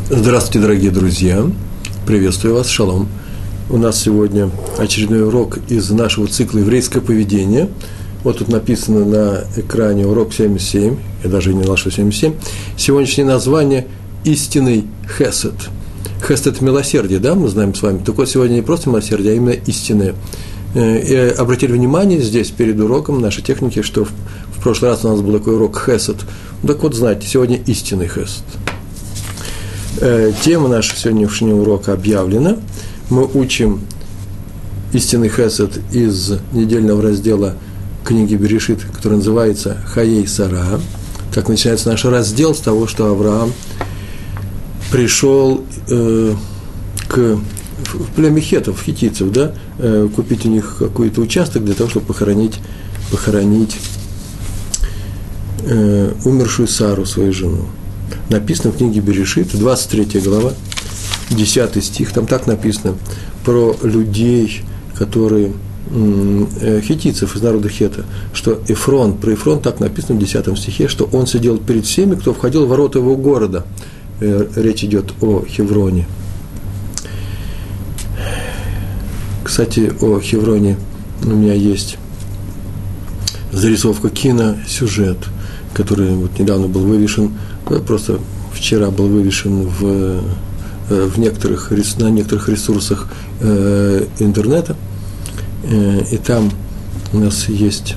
Здравствуйте, дорогие друзья! Приветствую вас, шалом! У нас сегодня очередной урок из нашего цикла «Еврейское поведение». Вот тут написано на экране урок 77, я даже не знал, что 77. Сегодняшнее название «Истинный хесед». Хесед – это милосердие, да, мы знаем с вами. Так вот, сегодня не просто милосердие, а именно истинное. И обратили внимание здесь, перед уроком нашей техники, что в прошлый раз у нас был такой урок хесед. Так вот, знаете, сегодня истинный хесед. Тема нашего сегодняшнего урока объявлена. Мы учим истинный хесед из недельного раздела книги Берешит, который называется «Хаей Сара». Так начинается наш раздел с того, что Авраам пришел в племя хетов, хитийцев, да, купить у них какой-то участок для того, чтобы похоронить умершую Сару, свою жену. Написано в книге Берешит, 23 глава, 10 стих, там так написано про людей, которые, хитийцев из народа Хета, что Эфрон, про Эфрон так написано в 10 стихе, что он сидел перед всеми, кто входил в ворота его города. Речь идет о Хевроне. Кстати, о Хевроне у меня есть зарисовка киносюжет, который вот недавно был вывешен, просто вчера был вывешен на некоторых ресурсах интернета, и там у нас есть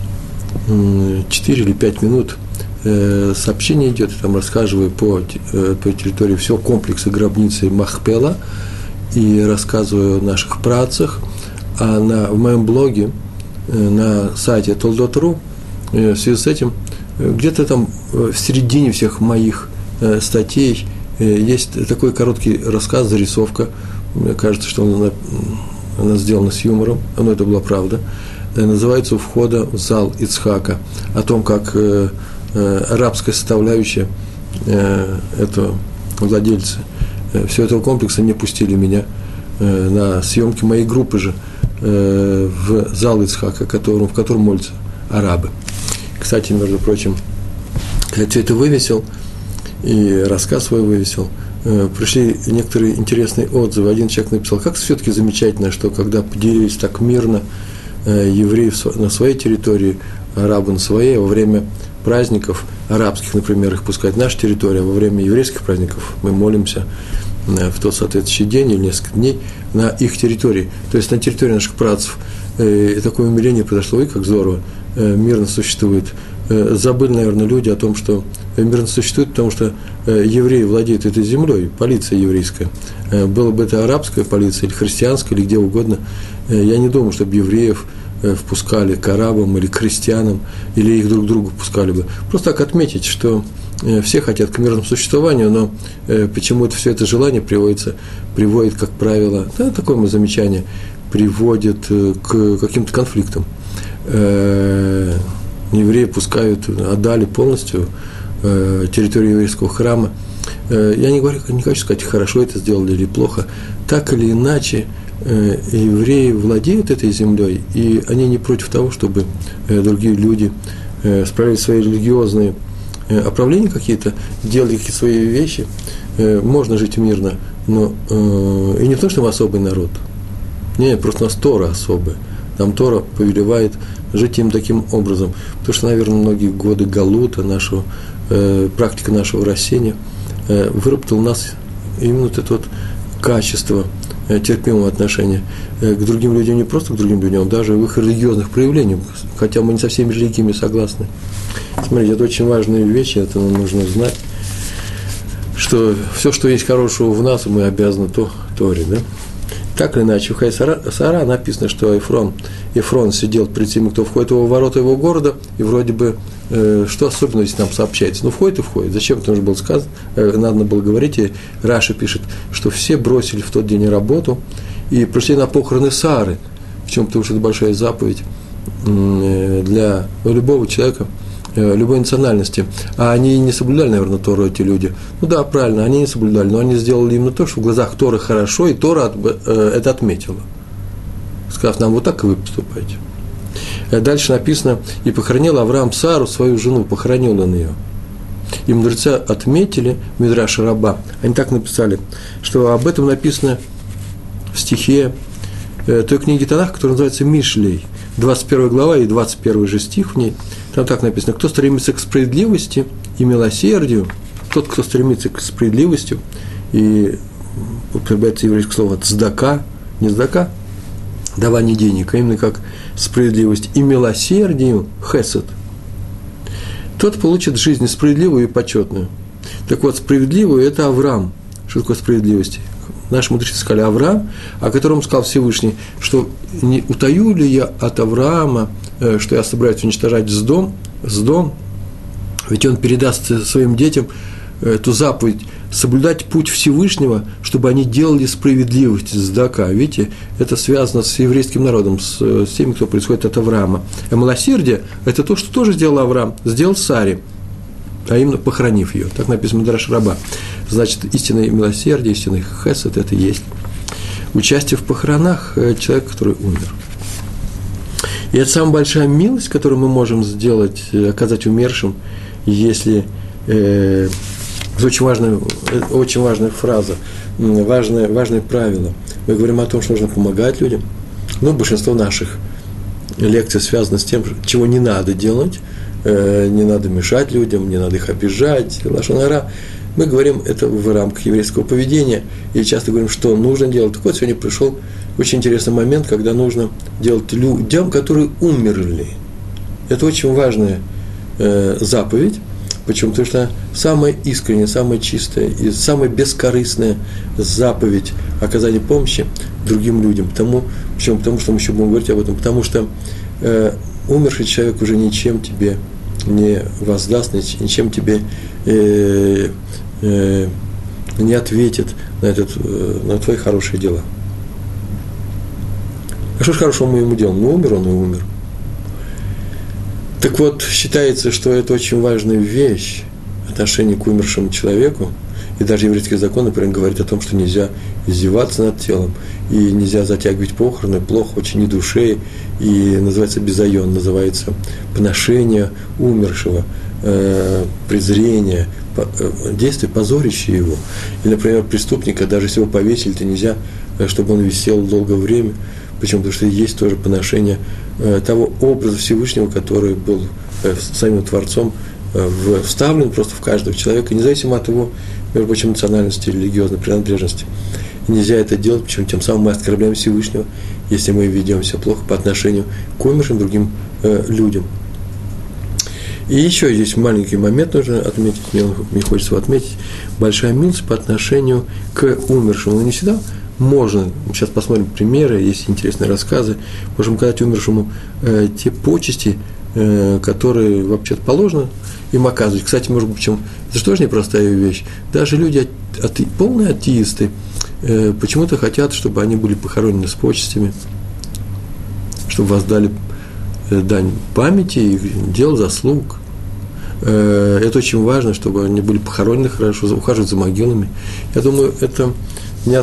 4 или 5 минут сообщение идет, и там рассказываю по территории всего комплекса гробницы Махпела, и рассказываю о наших працах, а в моем блоге на сайте Толдот.ру в связи с этим где-то там в середине всех моих статей есть такой короткий рассказ, зарисовка. Мне кажется, что она сделана с юмором, но это была правда. Называется «У входа в зал Ицхака», о том, как арабская составляющая, это владельцы всего этого комплекса не пустили меня на съемки моей группы же в зал Ицхака, в котором молятся арабы. Кстати, между прочим, я все это вывесил, и рассказ свой вывесил, пришли некоторые интересные отзывы. Один человек написал, как все-таки замечательно, что когда поделились так мирно евреи на своей территории, арабы на своей, во время праздников арабских, например, их пускать наша территория, во время еврейских праздников мы молимся в тот соответствующий день или несколько дней на их территории, то есть на территории наших працев. И такое умиление произошло, и как здорово, мирно существует. Забыли, наверное, люди о том, что мирно существует, потому что евреи владеют этой землей, полиция еврейская. Было бы это арабская полиция или христианская, или где угодно, я не думаю, чтобы евреев впускали к арабам или к крестьянам, или их друг к другу пускали бы. Просто так отметить, что все хотят к мирному существованию, но почему-то все это желание приводит, как правило, да, такое мое замечание, приводит к каким-то конфликтам. Евреи отдали полностью территорию еврейского храма. Я не хочу сказать, хорошо это сделали или плохо. Так или иначе, евреи владеют этой землей, и они не против того, чтобы другие люди справляли свои религиозные оправления какие-то, делали какие-то свои вещи. Можно жить мирно, но и не то, что мы особый народ. Нет, просто у нас Тора особая. Нам Тора повелевает жить им таким образом. Потому что, наверное, многие годы галута, практика нашего растения выработала у нас именно вот это вот качество терпимого отношения к другим людям, не просто к другим людям, даже в их религиозных проявлениях, хотя мы не со всеми религиями согласны. Смотрите, это очень важные вещи, это нам нужно знать, что все, что есть хорошего в нас, мы обязаны Торе, да? Так или иначе, в Хаей Сара написано, что Эфрон сидел перед теми, кто входит в ворота его города, и вроде бы, что особенно здесь нам сообщается? Ну, входит и входит. Зачем это нужно было сказать? Надо было говорить, и Раши пишет, что все бросили в тот день работу и пришли на похороны Сары, причем потому что это большая заповедь для любого человека, любой национальности. А они не соблюдали, наверное, Тору, эти люди. Ну да, правильно, они не соблюдали, но они сделали именно то, что в глазах Торы хорошо, и Тора это отметила, сказав нам, вот так и вы поступаете. Дальше написано, и похоронил Авраам Сару, свою жену, похоронил он ее. И мудрецы отметили, Мидраш Раба, они так написали, что об этом написано в стихе той книги Танах, которая называется Мишлей, 21 глава и 21 же стих в ней. Там так написано: кто стремится к справедливости и милосердию, тот, кто стремится к справедливости, и употребляется еврейское слово цдака, не цдака, давание денег, а именно как справедливость и милосердию, хесед, тот получит жизнь справедливую и почетную. Так вот, справедливую – это Авраам. Что такое справедливость? Наши мудрецы сказали Авраам, о котором сказал Всевышний, что не утаю ли я от Авраама, что я собираюсь уничтожать Сдом, ведь он передаст своим детям эту заповедь соблюдать путь Всевышнего, чтобы они делали справедливость, цдака. Видите, это связано с еврейским народом, с теми, кто происходит от Авраама. А милосердие – это то, что тоже сделал Авраам, сделал Саре, а именно похоронив ее. Так написано в Мидраш Раба. Значит, истинное милосердие, истинный хесед – это и есть участие в похоронах человека, который умер. И это самая большая милость, которую мы можем сделать, оказать умершим, если… Это очень важная фраза, важное правило. Мы говорим о том, что нужно помогать людям. Но большинство наших лекций связано с тем, чего не надо делать. Не надо мешать людям, не надо их обижать. Лашон ара. Мы говорим это в рамках еврейского поведения. И часто говорим, что нужно делать. Так вот, сегодня пришел очень интересный момент, когда нужно делать людям, которые умерли. Это очень важная заповедь. Почему? Потому что самая искренняя, самая чистая и самая бескорыстная заповедь оказания помощи другим людям. Почему? Потому что мы еще будем говорить об этом. Потому что умерший человек уже ничем тебе не воздаст, ничем тебе не ответит на твои хорошие дела. А что ж хорошего мы ему делаем? Ну, умер он и умер. Так вот, считается, что это очень важная вещь, отношение к умершему человеку, и даже еврейский закон, например, говорит о том, что нельзя издеваться над телом, и нельзя затягивать похороны, плохо очень ни душей, и называется безайон, называется поношение умершего, презрение, действие, позорящее его. И, например, преступника, даже если его повесили, то нельзя, чтобы он висел долгое время. Почему? Потому что есть тоже поношение того образа Всевышнего, который был самим Творцом вставлен просто в каждого человека, независимо от его, между прочим, национальности, религиозной принадлежности. И нельзя это делать, почему тем самым мы оскорбляем Всевышнего, если мы ведем себя плохо по отношению к умершим другим людям. И еще здесь маленький момент нужно отметить, мне хочется его отметить, большая милость по отношению к умершему. Но не всегда можно, сейчас посмотрим примеры, есть интересные рассказы, можем сказать умершему те почести, которые вообще-то положено им оказывать. Кстати, может быть, почему? Это же тоже непростая вещь. Даже люди, полные атеисты, почему-то хотят, чтобы они были похоронены с почестями, чтобы воздали дань памяти и дел, заслуг. Это очень важно, чтобы они были похоронены хорошо, ухаживать за могилами. Я думаю, это не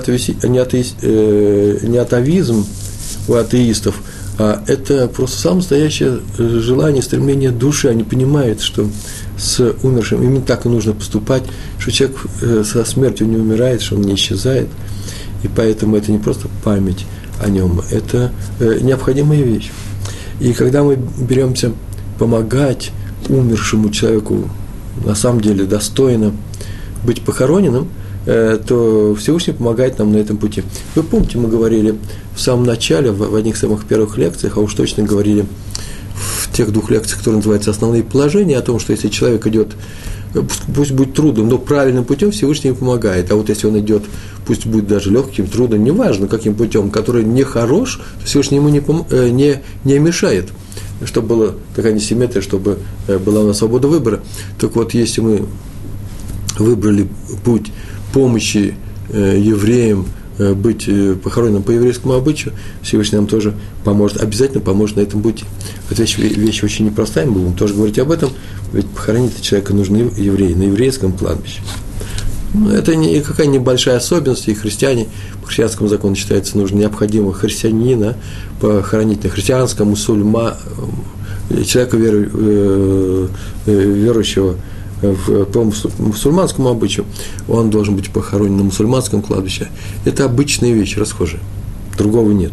атеизм у атеистов, а это просто самое настоящее желание, стремление души. Они понимают, что с умершим именно так и нужно поступать, что человек со смертью не умирает, что он не исчезает. И поэтому это не просто память о нем, это необходимая вещь. И когда мы беремся помогать умершему человеку, на самом деле достойно быть похороненным, то Всевышний помогает нам на этом пути. Вы помните, мы говорили в самом начале, в одних из самых первых лекциях, а уж точно говорили в тех двух лекциях, которые называются «Основные положения», о том, что если человек идет, пусть будет трудным, но правильным путем, Всевышний ему помогает. А вот если он идет, пусть будет даже легким, трудным, неважно каким путем, который не хорош, то Всевышний ему не мешает, чтобы была такая несимметрия, чтобы была у нас свобода выбора. Так вот, если мы выбрали путь помощи евреям быть похороненным по еврейскому обычаю, Всевышний нам тоже поможет, обязательно поможет на этом пути. Эта вещь очень непростая, мы будем тоже говорить об этом, ведь похоронить человека нужны евреи на еврейском кладбище. Это никакая небольшая особенность, и христиане по христианскому закону считается необходимо христианина похоронить на христианском, человека верующего по мусульманскому обычаю, он должен быть похоронен на мусульманском кладбище. Это обычные вещи, расхожие. Другого нет.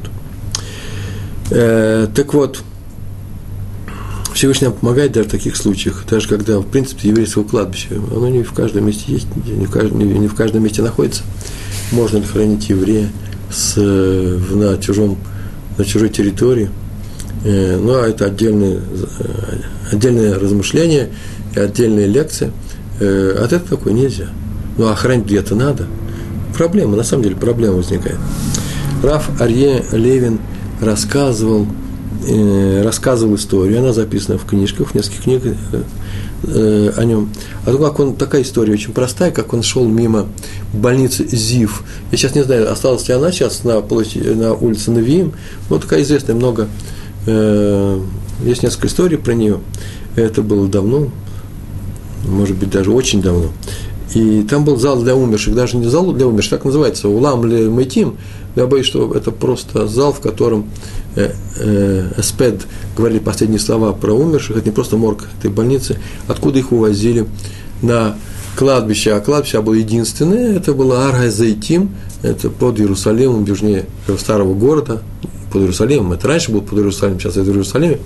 Так вот, Всевышний нам помогает даже в таких случаях, даже когда, в принципе, еврейского кладбища, оно не в каждом месте есть, не в каждом месте находится. Можно ли хранить еврея на чужой территории? Ну, а это отдельное размышление и отдельная лекция. От этого такой нельзя. Ну, а хранить где-то надо. Проблема, на самом деле, проблема возникает. Рав Арье Левин рассказывал историю, она записана в книжках, в нескольких книгах о нем. А то, как такая история очень простая, как он шел мимо больницы Зив. Я сейчас не знаю, осталась ли она сейчас на улице Навиим, но такая известная, много, есть несколько историй про нее. Это было давно, может быть, даже очень давно. И там был зал для умерших, даже не зал для умерших, так называется, улам ле мейтим. Я боюсь, что это просто зал, в котором эспед говорили последние слова про умерших. Это не просто морг этой больницы, откуда их увозили на кладбище. А кладбище было единственное, это было Ар-ха-Зейтим, это под Иерусалимом, южнее старого города, под Иерусалимом. Это раньше был под Иерусалимом, сейчас это в Иерусалиме.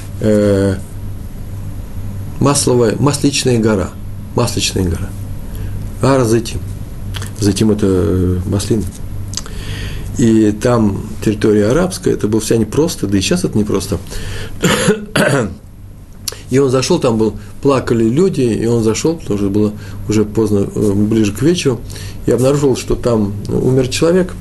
Масличная гора. Ар-ха-Зейтим. Зейтим – это маслин. И там территория арабская, это было вся непросто, да и сейчас это непросто. И он зашел, там плакали люди, и он зашел, потому что было уже поздно, ближе к вечеру, и обнаружил, что там умер человек,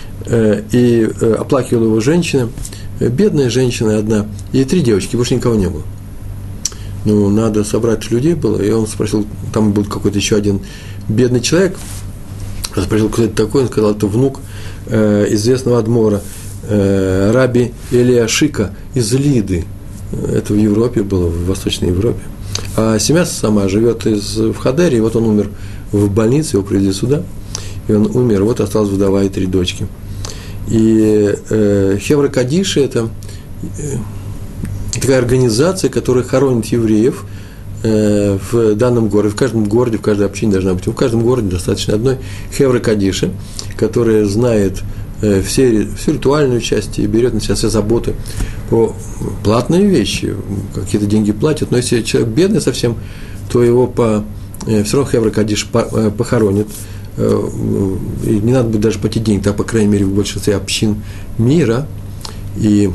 и оплакивала его женщина, бедная женщина одна, и 3 девочки, больше никого не было. Ну, надо собрать людей было, и он спросил, там был какой-то еще один бедный человек, спросил, кто это такой, он сказал, это внук известного адмора Раби Элиашика из Лиды. Это в Европе было, в Восточной Европе. А семья сама живет в Хадере, и вот он умер в больнице, его привезли сюда, и он умер, вот осталась вдова и 3 дочки. И Хевра Кадиши – это такая организация, которая хоронит евреев в данном городе, в каждом городе, в каждой общине должна быть, в каждом городе достаточно одной Хевра Кадиши, которая знает всю ритуальную часть и берет на себя все заботы по платные вещи, какие-то деньги платят, но если человек бедный совсем, то его все равно Хевра Кадиш похоронит, и не надо будет даже платить деньги, так, по крайней мере, в большинстве общин мира и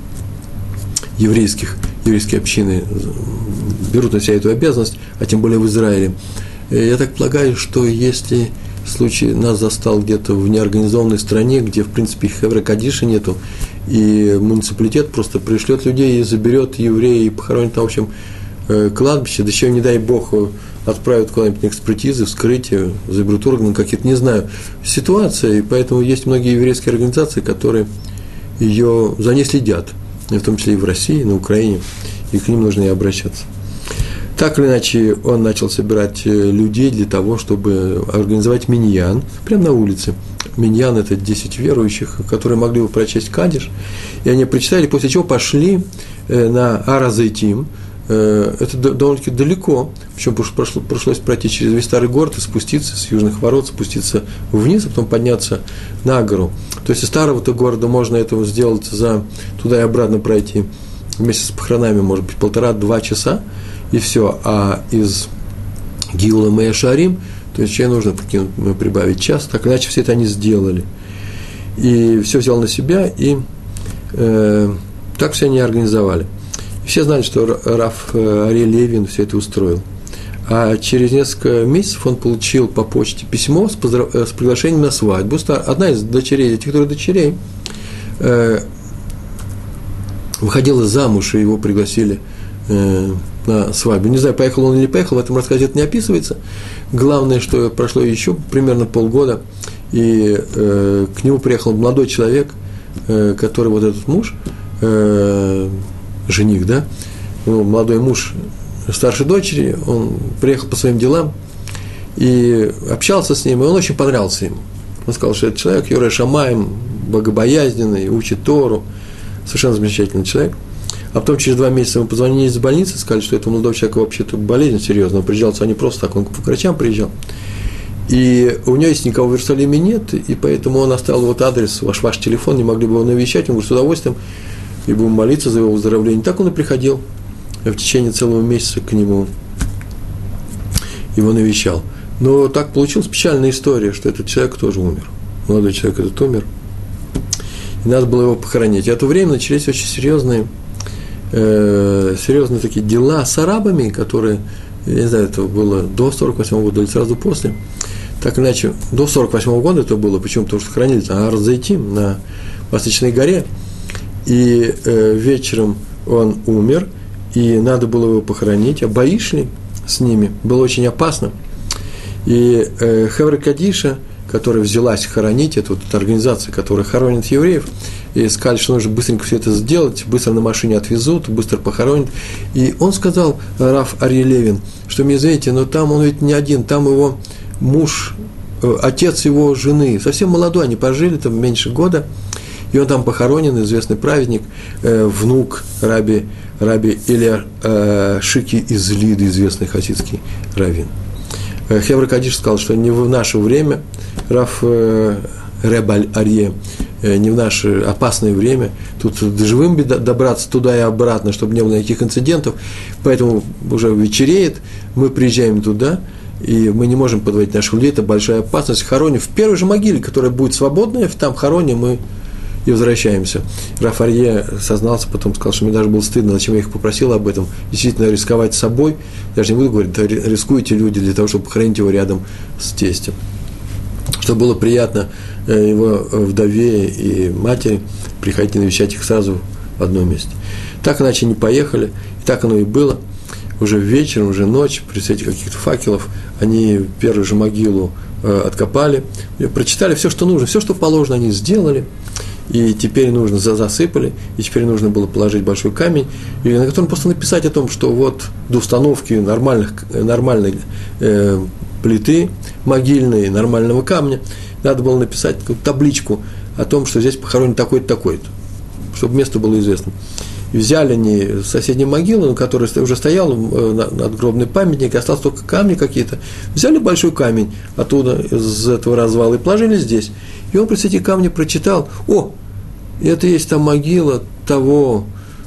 еврейские общины берут на себя эту обязанность, а тем более в Израиле. Я так полагаю, что если случай нас застал где-то в неорганизованной стране, где, в принципе, Хевра Кадиша нету, и муниципалитет просто пришлет людей и заберет еврея и похоронит на общем кладбище, да еще, не дай бог, отправят куда-нибудь на экспертизы, вскрытие, заберут органы какие-то, не знаю, ситуация, и поэтому есть многие еврейские организации, которые за ней следят, в том числе и в России, и на Украине, и к ним нужно и обращаться. Так или иначе, он начал собирать людей для того, чтобы организовать миньян прямо на улице. Миньян – это 10 верующих, которые могли бы прочесть Кадиш, и они прочитали, после чего пошли на Ар-ха-Зейтим. Это довольно-таки далеко, причем пришлось пройти через весь старый город и спуститься с южных ворот, спуститься вниз, а потом подняться на гору. То есть из старого-то города можно этого сделать туда и обратно пройти вместе с похоронами, может быть, 1,5-2 часа, и все. А из Гиула Мея Шарим, то есть чей нужно прибавить час, так иначе все это они сделали. И все взял на себя, и так все они организовали. Все знали, что Рав Арье Левин все это устроил. А через несколько месяцев он получил по почте письмо с приглашением на свадьбу. Одна из дочерей, этих 3 дочерей, выходила замуж, и его пригласили на свадьбу. Не знаю, поехал он или не поехал, в этом рассказе это не описывается. Главное, что прошло еще примерно полгода, и к нему приехал молодой человек, который вот этот муж, жених, да, молодой муж старшей дочери, он приехал по своим делам и общался с ним, и он очень понравился ему. Он сказал, что этот человек, Йорей Шамаим, богобоязненный, учит Тору, совершенно замечательный человек. А потом через 2 месяца мы позвонили из больницы, сказали, что это у молодого человека вообще-то болезнь серьезная. Он приезжал сюда не просто так, он к врачам приезжал. И у него, если никого в Иерусалиме нет, и поэтому он оставил вот адрес, ваш телефон, не могли бы его навещать. Он говорит, с удовольствием, и будем молиться за его выздоровление. Так он и приходил в течение целого месяца к нему, его навещал. Но так получилась печальная история, что этот человек тоже умер. Молодой человек этот умер. И надо было его похоронить. И в это время начались очень серьезные такие дела с арабами, которые, я не знаю, это было до 48 года или сразу после. Так иначе, до 48 года это было. Почему? Потому что хоронили на Ар-Зайтим, на Восточной горе. И вечером он умер, и надо было его похоронить. А бои шли с ними, было очень опасно. И Хевра Кадиша, которая взялась хоронить, это вот эта организация, которая хоронит евреев, и сказали, что нужно быстренько все это сделать, быстро на машине отвезут, быстро похоронят. И он сказал, Рав Арье Левин, что, мне знаете, но там он ведь не один, там его муж, отец его жены, совсем молодой, они пожили там меньше года, и он там похоронен, известный праведник, внук раби Илья Шики из Лиды, известный хасидский раввин. Хевра Кадиш сказал, что не в наше время, Рав Ребаль Арье, не в наше опасное время, тут живым добраться туда и обратно, чтобы не было никаких инцидентов, поэтому уже вечереет, мы приезжаем туда, и мы не можем подводить наших людей, это большая опасность, хороним в первой же могиле, которая будет свободная, там хороним мы и возвращаемся. Рав Арье сознался, потом сказал, что мне даже было стыдно, зачем я их попросил об этом, действительно рисковать собой, даже не буду говорить, рискуете люди для того, чтобы похоронить его рядом с тестем. Чтобы было приятно его вдове и матери приходить и навещать их сразу в одном месте. Так иначе не поехали, и так оно и было. Уже вечером, уже ночь, при свете каких-то факелов, они первую же могилу откопали, прочитали все, что нужно, все, что положено, они сделали. И теперь нужно, засыпали, и теперь нужно было положить большой камень, и на котором просто написать о том, что вот до установки нормальной плиты могильной, нормального камня, надо было написать табличку о том, что здесь похоронен такой-то, такой-то, чтобы место было известно. И взяли они соседней могилы, на которой уже стоял надгробный памятник, осталось только камни какие-то, взяли большой камень оттуда, из этого развала, и положили здесь. И он при свете камня прочитал, это есть та могила того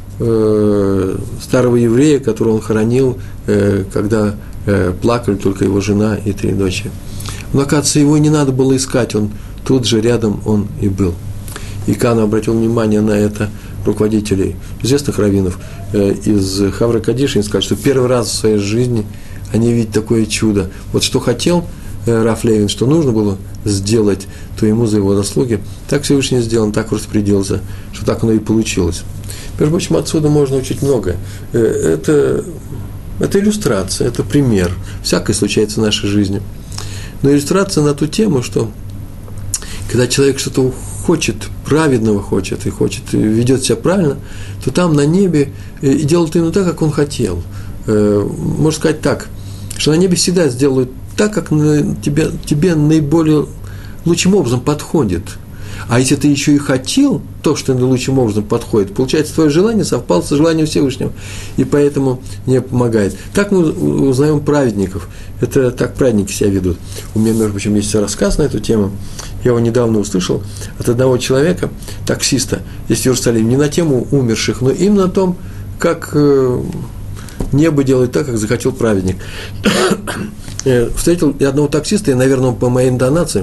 старого еврея, которого он хоронил, когда плакали только его жена и 3 дочери. Но, оказывается, его не надо было искать, он тут же рядом он и был. И Кана обратил внимание на это руководителей известных раввинов из Хевра Кадиша, и сказали, что первый раз в своей жизни они видят такое чудо. Вот что хотел Рав Левин, что нужно было сделать, то ему за его заслуги, так Всевышний сделан, так распорядился, что так оно и получилось. Между прочим, отсюда можно учить многое. Это иллюстрация, это пример. Всякое случается в нашей жизни. Но иллюстрация на ту тему, что когда человек что-то хочет, праведного хочет, и ведет себя правильно, то там на небе и делают именно так, как он хотел. Можно сказать так, что на небе всегда сделают так, как тебе наиболее лучшим образом подходит. А если ты еще и хотел то, что лучшим образом подходит, получается, твое желание совпало с желанием Всевышнего, и поэтому не помогает. Так мы узнаем праведников. Это так праведники себя ведут. У меня, между прочим, есть рассказ на эту тему. Я его недавно услышал от одного человека, таксиста, здесь в Иерусалиме, не на тему умерших, но именно о том, как небо делает так, как захотел праведник. Встретил одного таксиста, и, наверное, по моей интонации,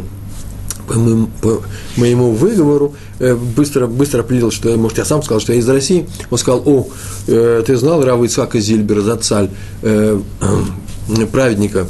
по моему выговору, быстро определил, что, может, я сам сказал, что я из России. Он сказал, ты знал Рава Ицхака Зильбера, Зацаль, праведника?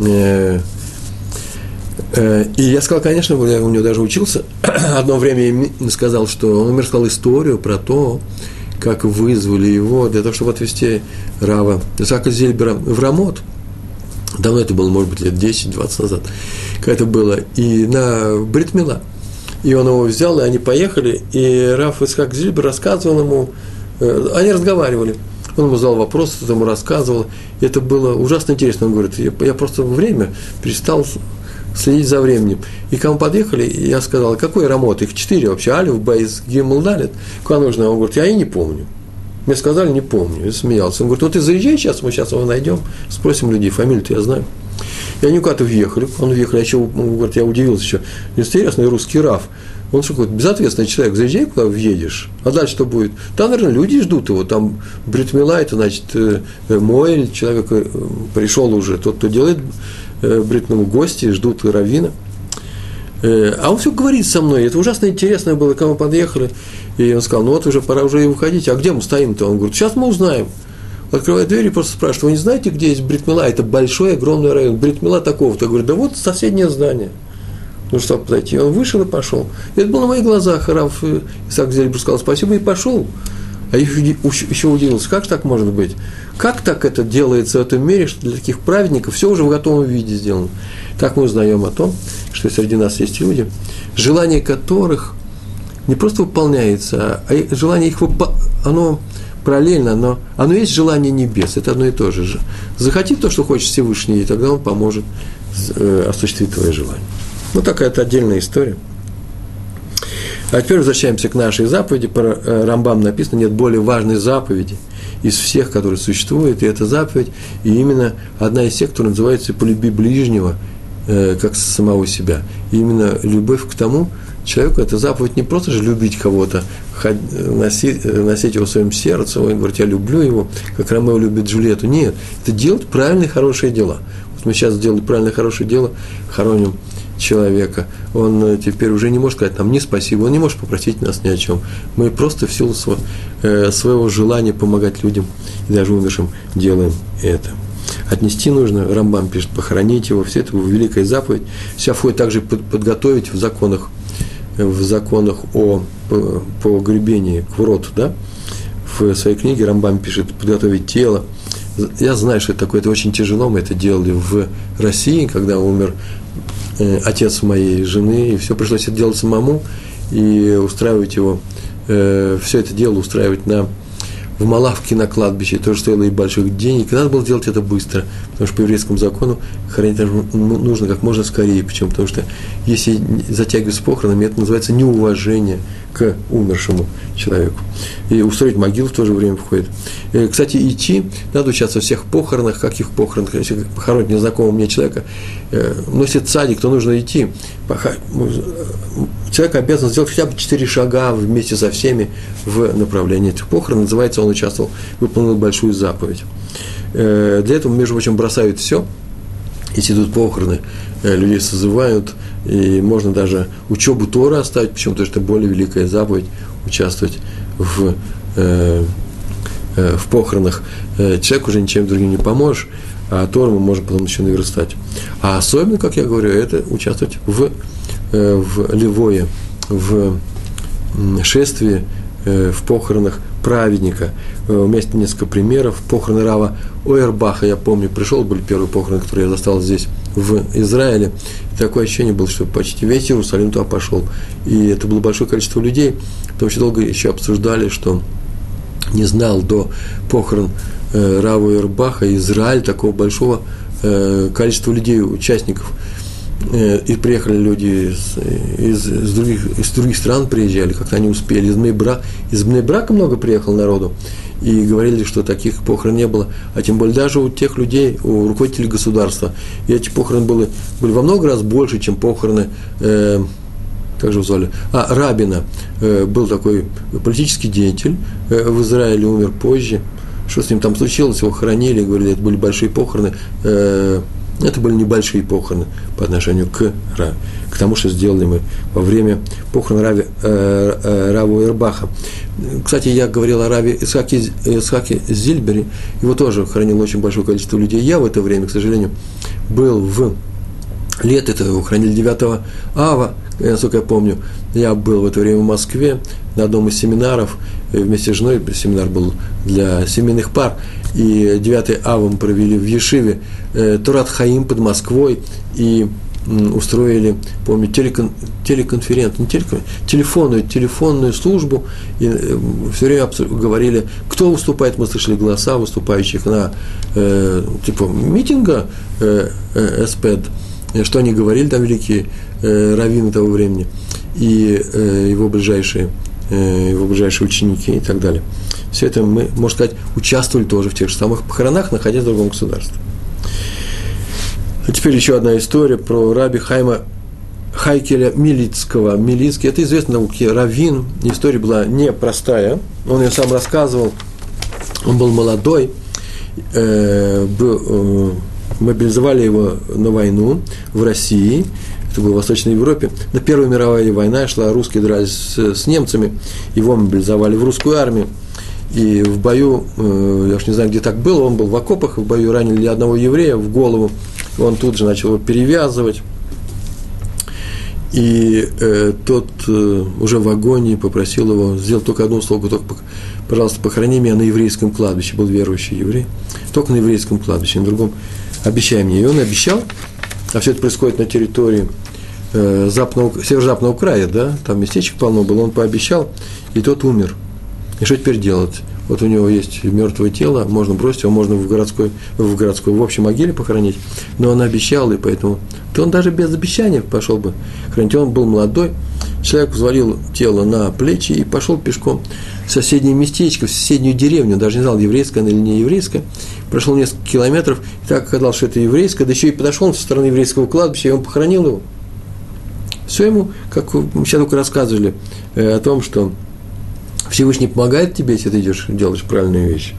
И я сказал, конечно, я у него даже учился. Одно время я сказал, что он мне рассказал историю про то, как вызвали его для того, чтобы отвезти Рава Ицхака Зильбера в Рамот. Давно это было, может быть, лет 10-20 назад, когда это было, и на Брит Мила. И он его взял, и они поехали, и Рав Ицхак Зильбер рассказывал ему, они разговаривали. Он ему задал вопрос, ему рассказывал, и это было ужасно интересно. Он говорит, я просто время перестал следить за временем. И к нам подъехали, и я сказал, какой Рамот? Их 4 вообще, Алиф, Бейс, Гимл, Далет. Куда нужно? Он говорит, я и не помню. Мне сказали, не помню, и смеялся. Он говорит, вот ты заезжай сейчас, мы сейчас его найдем, спросим людей, фамилию-то я знаю. И они куда-то въехали, он въехал, я еще, говорит, я удивился еще, интересный русский Рав. Он что, какой-то безответственный человек, заезжай, куда въедешь, а дальше что будет? Там, наверное, люди ждут его, там брит мила, это значит моэль, человек пришел уже, тот, кто делает брит милу, гости ждут раввина. А он все говорит со мной, это ужасно интересно было, когда мы подъехали, и он сказал, ну вот уже пора уже и уходить, а где мы стоим-то? Он говорит, сейчас мы узнаем. Открывает дверь и просто спрашивает, вы не знаете, где есть брит мила? Это большой, огромный район, брит мила такого-то. Я говорю, да вот соседнее здание. Ну, чтобы подойти. Он вышел и пошел. И это было на моих глазах. Рав Исаак Зельбер сказал спасибо и пошел. А я еще удивился, как же так может быть? Как так это делается в этом мире, что для таких праведников все уже в готовом виде сделано? Так мы узнаем о том, что среди нас есть люди, желание которых не просто выполняется, а желание их оно параллельно, но оно есть желание небес, это одно и то же. Захоти то, что хочет Всевышний, и тогда он поможет осуществить твое желание. Ну, такая-то отдельная история. А теперь возвращаемся к нашей заповеди. Про Рамбам написано, нет более важной заповеди из всех, которые существуют, и это заповедь, и именно одна из тех, которая называется «полюби ближнего, как самого себя». И именно любовь к тому человеку, это заповедь не просто же любить кого-то, носить его в своем сердце, он говорит, я люблю его, как Ромео любит Джульетту. Нет, это делать правильные, хорошие дела. Вот мы сейчас сделали правильное, хорошее дело, хороним человека, он теперь уже не может сказать нам ни спасибо, он не может попросить нас ни о чем. Мы просто в силу своего желания помогать людям и даже умершим делаем это. Отнести нужно, Рамбам пишет, похоронить его, все это великая заповедь. Вся входит также подготовить в законах о погребении, кврот, да? В своей книге Рамбам пишет, подготовить тело. Я знаю, что это такое, это очень тяжело, мы это делали в России, когда умер отец моей жены, и все пришлось это делать самому, и устраивать его, все это дело устраивать в Малавке на кладбище, тоже стоило и больших денег, и надо было делать это быстро, потому что по еврейскому закону хоронить нужно как можно скорее, почему? Потому что если затягивать с похоронами, это называется неуважение к умершему человеку. И устроить могилу в то же время входит. Кстати, идти, надо участвовать во всех похоронах, каких похоронах, если похоронить незнакомого мне человека, но если цадик, то нужно идти. Человек обязан сделать хотя бы 4 шага вместе со всеми в направлении этих похорон. Называется, он участвовал, выполнил большую заповедь. Для этого, между прочим, бросают все. Если идут похороны, людей созывают, и можно даже учебу Торы оставить, почему? Потому что это более великая заповедь участвовать в похоронах. Человеку уже ничем другим не поможешь, а Тору мы можем потом еще наверстать. А особенно, как я говорю, это участвовать в левое, в шествии, в похоронах праведника. У меня есть несколько примеров. Похороны Рава Ойербаха, я помню, пришел, были первые похороны, которые я застал здесь, в Израиле. И такое ощущение было, что почти весь Иерусалим туда пошел. И это было большое количество людей. Там очень долго еще обсуждали, что не знал до похорон Рава Ойербаха Израиль такого большого количества людей, участников. И приехали люди из других стран, приезжали, как-то они успели, из Бней-Брака много приехало народу, и говорили, что таких похорон не было, а тем более даже у тех людей, у руководителей государства, и эти похороны были во много раз больше, чем похороны, как же его звали, Рабина, был такой политический деятель, в Израиле умер позже, что с ним там случилось, его хоронили, говорили, это были большие похороны, это были небольшие похороны по отношению к тому, что сделали мы во время похорон Рава Ойербаха. Кстати, я говорил о Раве Ицхаке Зильбере, его тоже хоронило очень большое количество людей. Я в это время, к сожалению, был лето, это его хоронили 9 ава, насколько я помню, я был в это время в Москве на одном из семинаров, вместе с женой, семинар был для семейных пар, и 9 ава мы провели в Ешиве Торат Хаим под Москвой, и устроили, помню, телефонную службу, и все время говорили, кто выступает, мы слышали голоса выступающих на типа митинга СПЭД, что они говорили там великие раввины того времени, и его ближайшие его ближайшие ученики и так далее. Все это мы, можно сказать, участвовали тоже в тех же самых похоронах, находясь в другом государстве. А теперь еще одна история про раби Хайма Хайкеля Милицкого. Милицкий – это известный науке раввин. История была непростая. Он ее сам рассказывал. Он был молодой. Мобилизовали его на войну в России. Это было в Восточной Европе. На Первая мировая война шла, русские дрались с немцами. Его мобилизовали в русскую армию. И в бою, я уж не знаю, где так было, он был в окопах, в бою ранили одного еврея в голову. Он тут же начал его перевязывать. И тот уже в агонии попросил его сделать только одну услугу, только, пожалуйста, похорони меня на еврейском кладбище. Был верующий еврей. Только на еврейском кладбище, на другом. Обещай мне. И он обещал, а все это происходит на территории северо-западного края, да, там местечек полно было, он пообещал, и тот умер. И что теперь делать? Вот у него есть мертвое тело, можно бросить его, можно в общей могиле похоронить, но он обещал, и поэтому, то он даже без обещания пошел бы хранить. Он был молодой, человек взвалил тело на плечи и пошел пешком в соседнее местечко, в соседнюю деревню, даже не знал, еврейская она или не еврейская, прошел несколько километров, и так оказалось, что это еврейская, да еще и подошел со стороны еврейского кладбища, и он похоронил его. Все ему, как мы сейчас только рассказывали о том, что Всевышний помогает тебе, если ты идешь, делаешь правильные вещи.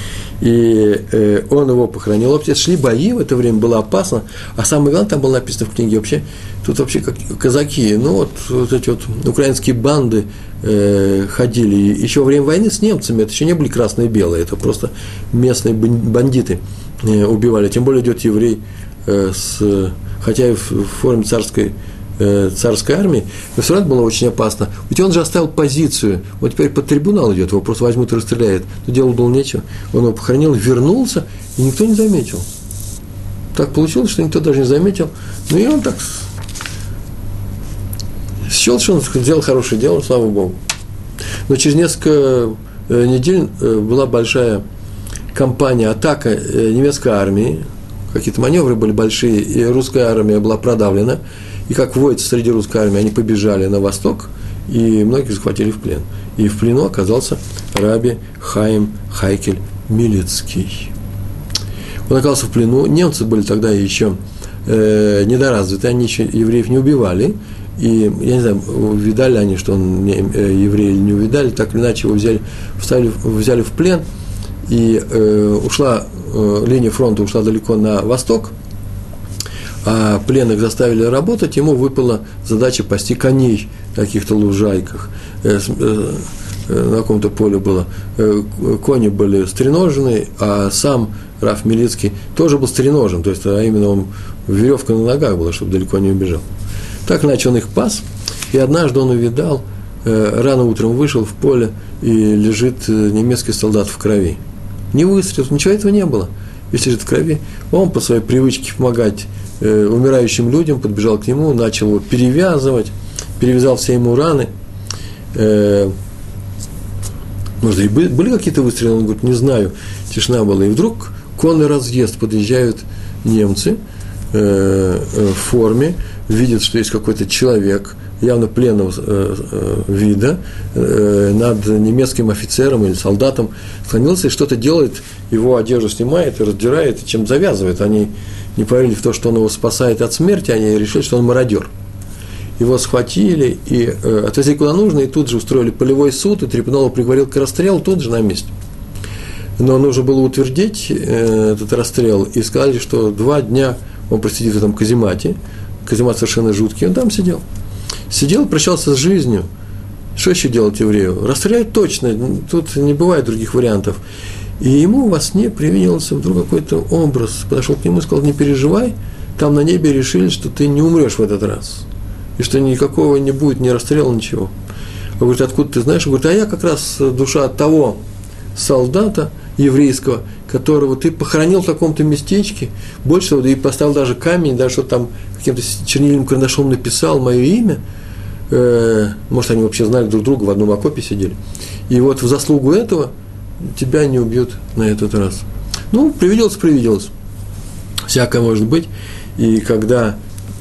И он его похоронил. Вообще шли бои, в это время было опасно. А самое главное, там было написано в книге, вообще, тут вообще как казаки, ну вот эти вот украинские банды ходили. Еще во время войны с немцами, это еще не были красные и белые, это просто местные бандиты убивали. Тем более идет еврей, хотя и в форме царской армии, но все равно было очень опасно. Ведь он же оставил позицию, вот теперь под трибунал идет, его просто возьмут и расстреляют. Но делать было нечего. Он его похоронил, вернулся, и никто не заметил. Так получилось, что никто даже не заметил. Ну и он так счел, что он сделал хорошее дело, слава Богу. Но через несколько недель была большая кампания, атака немецкой армии, какие-то маневры были большие, и русская армия была продавлена. И как воится среди русской армии, они побежали на восток, и многих захватили в плен. И в плену оказался раби Хаим Хайкель Милицкий. Он оказался в плену. Немцы были тогда еще недоразвиты, они еще евреев не убивали. И, я не знаю, увидали они, что он еврей или не увидали, так или иначе его взяли в плен, и линия фронта ушла далеко на восток, а пленных заставили работать, ему выпала задача пасти коней в каких-то лужайках. На каком-то поле было. Кони были стреножены, а сам Рав Милицкий тоже был стреножен, то есть, а именно он веревка на ногах была, чтобы далеко не убежал. Так иначе он их пас, и однажды он увидал, рано утром вышел в поле, и лежит немецкий солдат в крови. Не выстрелил, ничего этого не было. Весь лежит в крови. Он по своей привычке помогать умирающим людям подбежал к нему, начал его перевязывать, перевязал все ему раны. Может, и были какие-то выстрелы? Он говорит, не знаю, тишина была. И вдруг конный разъезд, подъезжают немцы в форме, видят, что есть какой-то человек, явно пленного вида, над немецким офицером или солдатом склонился и что-то делает, его одежду снимает и раздирает, и чем завязывает. Они не поверили в то, что он его спасает от смерти, они решили, что он мародер. Его схватили и отвезли куда нужно, и тут же устроили полевой суд, и трибунал приговорил к расстрелу тут же на месте. Но нужно было утвердить этот расстрел, и сказали, что 2 дня он просидит в этом каземате. Каземат совершенно жуткий, он там сидел. Сидел, прощался с жизнью. Что еще делать еврею? Расстрелять точно, тут не бывает других вариантов. И ему во сне привиделся вдруг какой-то образ. Подошел к нему и сказал, не переживай, там на небе решили, что ты не умрешь в этот раз. И что никакого не будет, ни расстрела, ничего. Он говорит, откуда ты знаешь? Он говорит, а я как раз душа того солдата еврейского, которого ты похоронил в таком-то местечке, больше того, и поставил даже камень, даже что там каким-то чернильным карандашом написал мое имя. Может, они вообще знали друг друга, в одном окопе сидели. И вот в заслугу этого тебя не убьют на этот раз. Ну, привиделось. Всякое может быть. И когда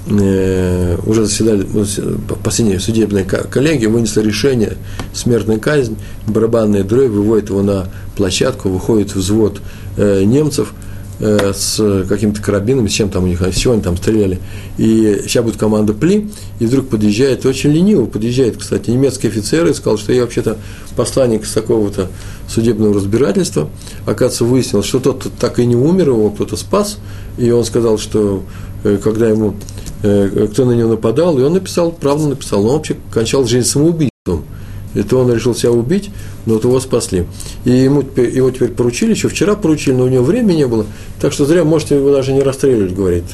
уже заседали, последняя судебная коллегия вынесла решение, смертная казнь, барабанная дробь, выводит его на площадку, выходит взвод немцев с какими-то карабинами, с чем там у них, с чего они там стреляли, и сейчас будет команда «Пли», и вдруг подъезжает, очень лениво подъезжает, кстати, немецкий офицер и сказал, что я вообще-то посланник с такого-то судебного разбирательства. Оказывается, выяснилось, что тот так и не умер, его кто-то спас, и он сказал, что когда ему, кто на него нападал, и он написал, правду написал, он вообще кончал жизнь самоубийством. Это он решил себя убить, но вот его спасли. И его теперь поручили, еще вчера поручили, но у него времени не было. Так что зря можете его даже не расстреливать, говорит.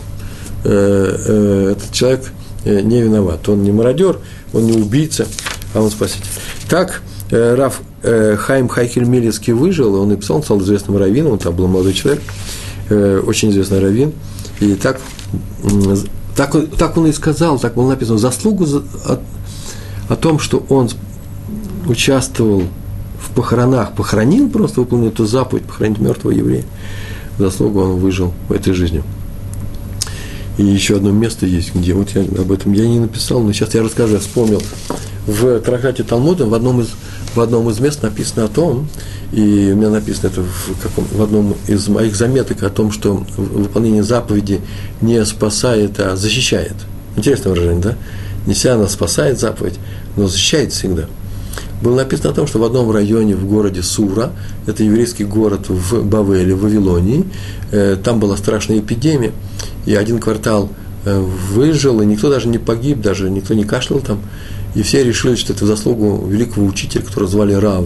Этот человек не виноват. Он не мародер, он не убийца, а он спаситель. Так, Рав Хаим Хайкель Милецкий выжил, он написал, он стал известным раввином, он там был молодой человек, очень известный раввин. И так он и сказал, так было написано, заслугу о том, что он участвовал в похоронах, похоронил, просто выполнил эту заповедь, похоронить мертвого еврея. Заслугу он выжил в этой жизни. И еще одно место есть, где, вот я об этом я не написал, но сейчас я расскажу, я вспомнил. В трактате Талмуда в одном из мест написано о том, и у меня написано это в одном из моих заметок о том, что выполнение заповеди не спасает, а защищает. Интересное выражение, да? Не вся она спасает заповедь, но защищает всегда. Было написано о том, что в одном районе в городе Сура, это еврейский город в Бавеле, в Вавилонии, там была страшная эпидемия, и один квартал выжил, и никто даже не погиб, даже никто не кашлял там, и все решили, что это в заслугу великого учителя, которого звали Рав,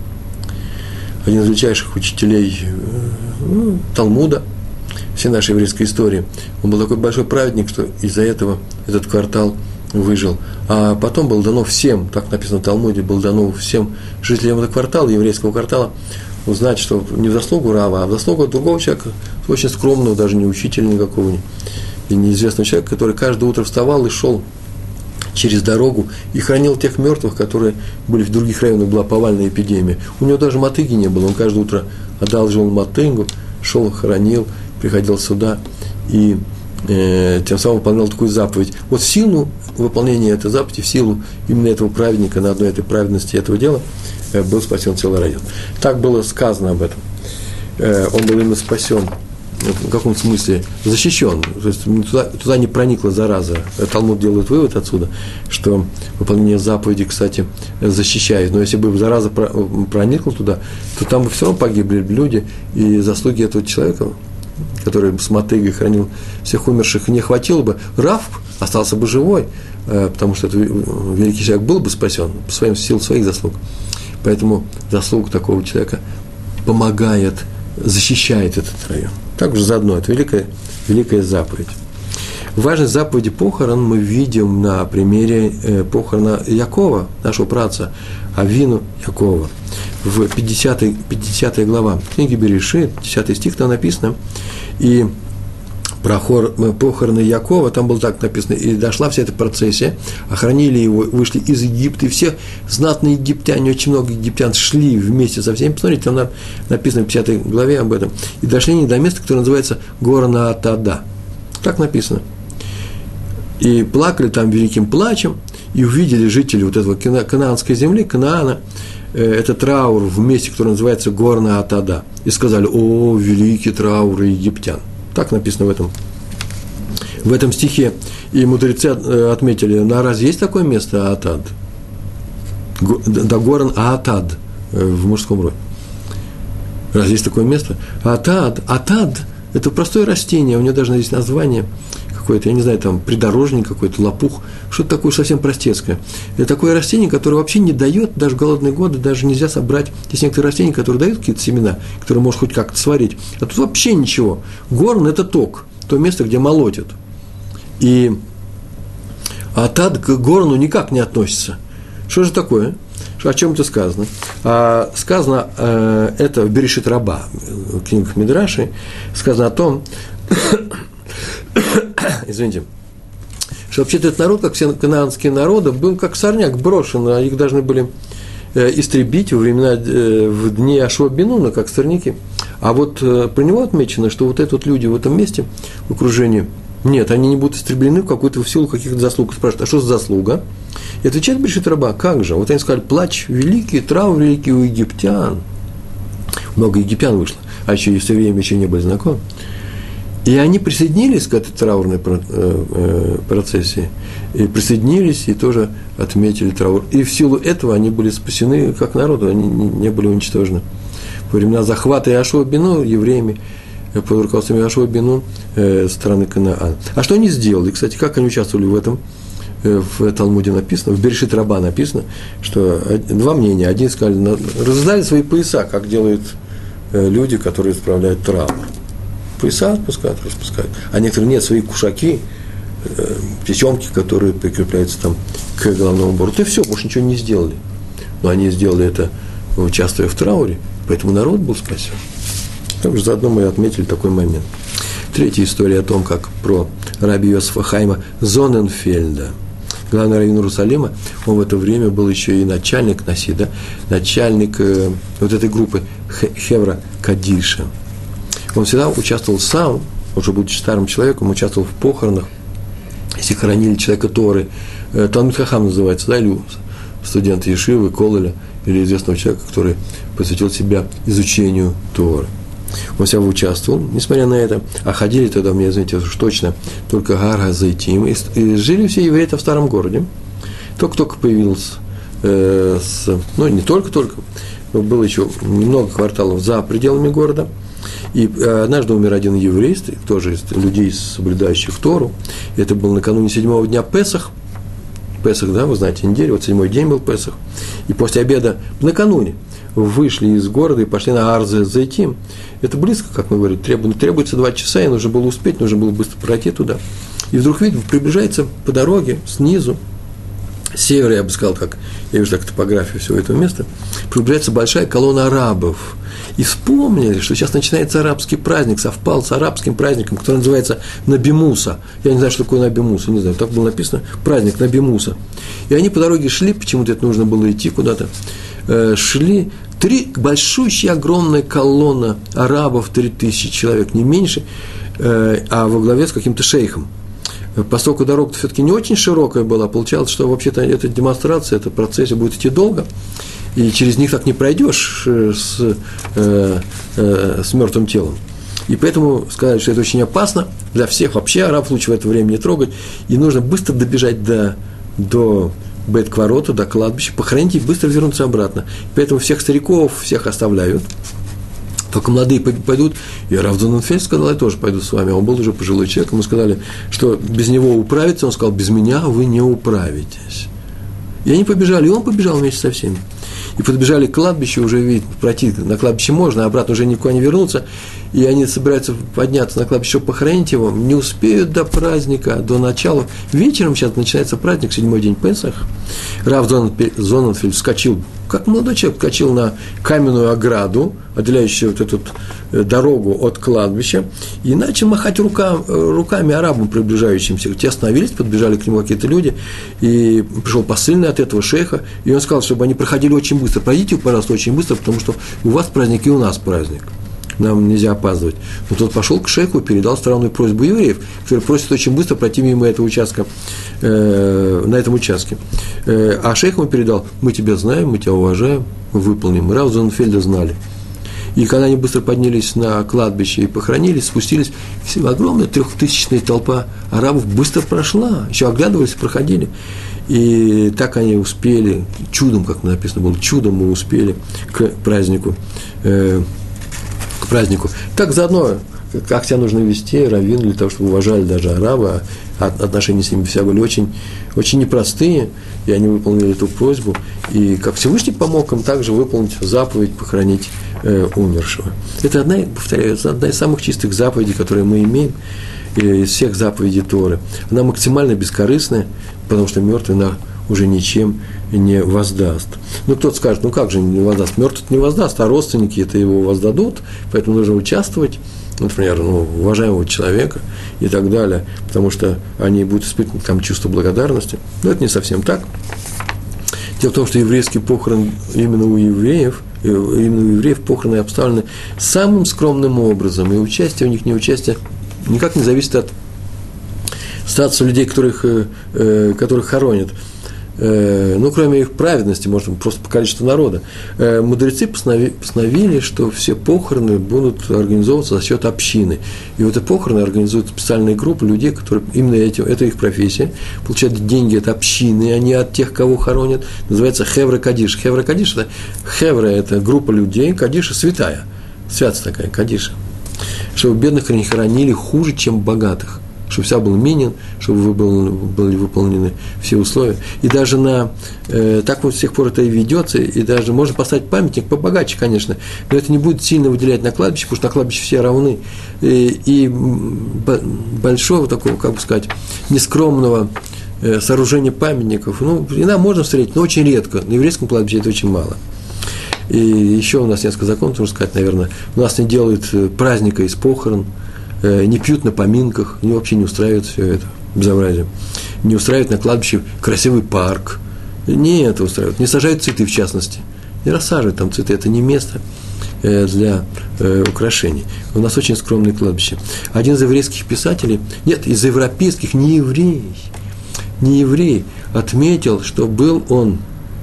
один из величайших учителей Талмуда, всей нашей еврейской истории. Он был такой большой праведник, что из-за этого этот квартал выжил. А потом было дано всем, так написано в Талмуде, было дано всем жителям этого квартала, еврейского квартала, узнать, что не в заслугу Рава, а в заслугу другого человека, очень скромного, даже не учителя никакого, и неизвестного человека, который каждое утро вставал и шел через дорогу и хранил тех мертвых, которые были в других районах, была повальная эпидемия. У него даже мотыги не было, он каждое утро одалживал мотыгу, шел, хоронил, приходил сюда и тем самым выполнял такую заповедь. Вот в силу выполнения этой заповеди, в силу именно этого праведника, на одной этой праведности этого дела, был спасен целый район. Так было сказано об этом. Он был именно спасен, в каком смысле защищен, то есть туда не проникла зараза. Талмуд делает вывод отсюда, что выполнение заповеди, кстати, защищает. Но если бы зараза проникла туда, то там бы все равно погибли люди, и заслуги этого человека, который с мотыгой хранил всех умерших, не хватило бы. Рав остался бы живой, потому что этот великий человек был бы спасен в силу своих заслуг. Поэтому заслуга такого человека помогает, защищает этот район. Также заодно это великая заповедь. Важность заповеди похорон мы видим на примере похорона Якова, нашего праотца, Авину Якова. В 50 глава книги Берешит, 10 стих там написано, и про похороны Якова, там было так написано, и дошла вся эта процессия, охранили его, вышли из Египта, и все знатные египтяне, очень много египтян шли вместе со всеми, посмотрите, там написано в 50 главе об этом, и дошли они до места, которое называется Гора Наатада, так написано, и плакали там великим плачем, и увидели жители вот этого канаанской земли, Канаана, этот траур в месте, которое называется Гора Наатада, и сказали: о, великий траур египтян. Так написано в этом стихе. И мудрецы отметили, ну а разве есть такое место Аатад? Да, Горан Аатад в мужском роде. Разве есть такое место? Аатад – это простое растение, у него даже есть название какое-то, я не знаю, там придорожник какой-то, лопух, что-то такое совсем простецкое. Это такое растение, которое вообще не дает, даже в голодные годы, даже нельзя собрать. Есть некоторые растения, которые дают какие-то семена, которые можно хоть как-то сварить. А тут вообще ничего. Горн – это ток, то место, где молотят. И Аатад к горну никак не относится. Что же такое? О чем это сказано? Сказано это в Берешит Раба, в книгах Мидраши, сказано о том, извините, что вообще-то этот народ, как все канаанские народы, был как сорняк брошен, а их должны были истребить во времена, в дни Йошуа бен Нуна, как сорняки. А вот про него отмечено, что вот эти вот люди в этом месте, в окружении Нет, они не будут истреблены в силу каких-то заслуг. Спрашивают, а что за заслуга? И отвечает Берешит Раба, как же? Вот они сказали, плач великий, траур великий у египтян. Много египтян вышло, а еще и с евреями еще не были знакомы. И они присоединились к этой траурной процессии, и присоединились, и тоже отметили траур. И в силу этого они были спасены как народ, они не были уничтожены. Во времена захвата Иошуа бен Нун евреями под руководством Иошуа бен Нун страны Канаана. А что они сделали? Кстати, как они участвовали в этом? В Талмуде написано, в Берешит Раба написано, что два мнения. Один сказали, раздали свои пояса, как делают люди, которые исправляют траур. Пояса распускают. А некоторые нет, свои кушаки, тесемки, которые прикрепляются там к головному убору. И все, больше ничего не сделали. Но они сделали это, участвуя в трауре, поэтому народ был спасен. Также заодно мы отметили такой момент. Третья история о том, как про раби Йосефа Хайма Зоненфельда, главный раввин Иерусалима, он в это время был еще и начальник НАСИ, да, начальник вот этой группы Хевра Кадиша. Он всегда участвовал сам, уже будучи старым человеком, участвовал в похоронах, если хоронили человека Торы, Талмид Хахам называется, да, или студент Ешивы, Колеля, или известного человека, который посвятил себя изучению Торы. Он всегда участвовал, несмотря на это, а ходили тогда, мне, знаете, уж точно, только Гар Зайтим, и жили все евреи в старом городе. Только появился, не только, было еще немного кварталов за пределами города, и однажды умер один еврей, тоже из людей, соблюдающих Тору, это был накануне 7-го дня Песах, да, вы знаете, неделю, вот 7-й день был Песах, и после обеда, накануне, вышли из города и пошли на Ар-Зайтим. Это близко, как мы говорим, требуется 2 часа, и нужно было успеть, нужно было быстро пройти туда. И вдруг, видим, приближается по дороге снизу, с севера, я бы сказал, как я вижу так топографию всего этого места, приближается большая колонна арабов. И вспомнили, что сейчас начинается арабский праздник, совпал с арабским праздником, который называется Набимуса. Я не знаю, что такое Набимуса, не знаю, так было написано, праздник Набимуса. И они по дороге шли, почему-то это нужно было идти куда-то, шли, 3 большущая, огромная колонна арабов, 3000 человек, не меньше, а во главе с каким-то шейхом. Поскольку дорога все-таки не очень широкая была, получалось, что вообще-то эта демонстрация, эта процессия будет идти долго, и через них так не пройдешь с мертвым телом. И поэтому сказали, что это очень опасно для всех, вообще арабов лучше в это время не трогать, и нужно быстро добежать до Бейт-Кварота, до кладбища, похоронить и быстро вернуться обратно. Поэтому всех стариков, всех оставляют, только молодые пойдут. И Рав Зоненфельд сказал, я тоже пойду с вами. Он был уже пожилой человек, ему сказали, что без него управиться. Он сказал, без меня вы не управитесь. И они побежали, и он побежал вместе со всеми. И подбежали к кладбищу, уже видно, пройти на кладбище можно, а обратно уже никуда не вернуться. И они собираются подняться на кладбище, чтобы похоронить его, не успеют до праздника, до начала. Вечером сейчас начинается праздник, 7-й день Песах. Рав Зоненфельд вскочил, как молодой человек, вскочил на каменную ограду, отделяющую вот эту дорогу от кладбища, и начал махать руками арабам, приближающимся. Те остановились, подбежали к нему какие-то люди, и пришел посыльный от этого шейха, и он сказал, чтобы они проходили очень быстро. Пройдите, пожалуйста, очень быстро, потому что у вас праздник и у нас праздник. Нам нельзя опаздывать. Но тот пошел к шейху и передал странную просьбу евреев, которые просят очень быстро пройти мимо этого участка, на этом участке. А шейх ему передал, мы тебя знаем, мы тебя уважаем, выполним. Рав Зоненфельда знали. И когда они быстро поднялись на кладбище и похоронились, спустились, огромная 3000-я толпа арабов быстро прошла, еще оглядывались, проходили. И так они успели, чудом, как написано было, чудом мы успели к празднику. Так заодно, как себя нужно вести, раввин, для того, чтобы уважали даже араба, отношения с ними всегда были очень, очень непростые, и они выполнили эту просьбу, и как Всевышний помог им также выполнить заповедь похоронить умершего. Это одна из самых чистых заповедей, которые мы имеем, из всех заповедей Торы. Она максимально бескорыстная, потому что мертвый нам уже ничем не воздаст. Ну, кто-то скажет, ну как же не воздаст? Мертвый не воздаст, а родственники это его воздадут, поэтому нужно участвовать, например, уважаемого человека и так далее, потому что они будут испытывать там чувство благодарности. Но это не совсем так. Дело в том, что еврейский похорон именно у евреев похороны обставлены самым скромным образом, и участие у них, не участие, никак не зависит от статуса людей, которых хоронят. Ну, кроме их праведности, может быть, просто по количеству народа, мудрецы постановили, что все похороны будут организовываться за счет общины. И вот эти похороны организуют специальные группы людей, которые именно это их профессия, получают деньги от общины, а не от тех, кого хоронят. Называется хевра кадиш. Хевра кадиш – это группа людей, кадиша – святая, святость такая, кадиша. Чтобы бедных не хоронили хуже, чем богатых. Чтобы вся был минен, чтобы были выполнены все условия. И даже так вот с тех пор это и ведется, и даже можно поставить памятник побогаче, конечно, но это не будет сильно выделять на кладбище, потому что на кладбище все равны. И большого такого, как бы сказать, нескромного сооружения памятников, иногда можно встретить, но очень редко. На еврейском кладбище это очень мало. И еще у нас несколько законов, нужно сказать, наверное, у нас не делают праздника из похорон, не пьют на поминках, они вообще не устраивают все это безобразие, не устраивают на кладбище красивый парк, не это устраивают, не сажают цветы в частности, не рассаживают там цветы, это не место для украшений. У нас очень скромное кладбище. Один из еврейских писателей, нет, из европейских, не еврей, отметил, что был он.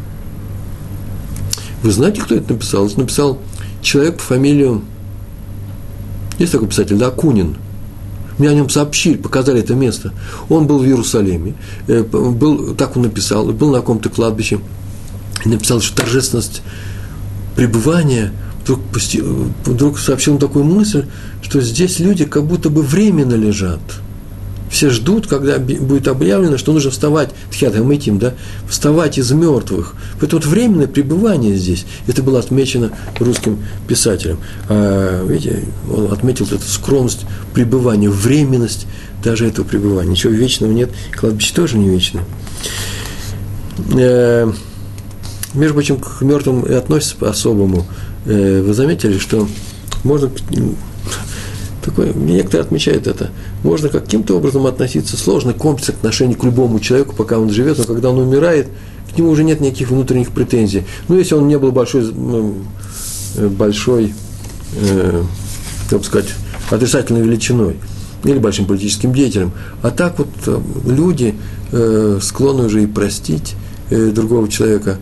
Вы знаете, кто это написал? Это написал человек по фамилию, есть такой писатель, да, Акунин. Мне о нем сообщили, показали это место. Он был в Иерусалиме, так он написал, был на каком-то кладбище, и написал, что торжественность пребывания, вдруг сообщил такую мысль, что здесь люди как будто бы временно лежат. Все ждут, когда будет объявлено, что нужно вставать, вставать из мертвых. Поэтому вот временное пребывание здесь, это было отмечено русским писателем. Видите, он отметил эту скромность пребывания, временность даже этого пребывания. Ничего вечного нет, кладбище тоже не вечное. Между прочим, к мертвым и относятся по-особому. Вы заметили, что можно... Некоторые отмечают это. Можно каким-то образом относиться, сложный комплекс отношений к любому человеку, пока он живет, но когда он умирает, к нему уже нет никаких внутренних претензий. Если он не был большой как сказать, отрицательной величиной или большим политическим деятелем. А так вот люди склонны уже и простить другого человека.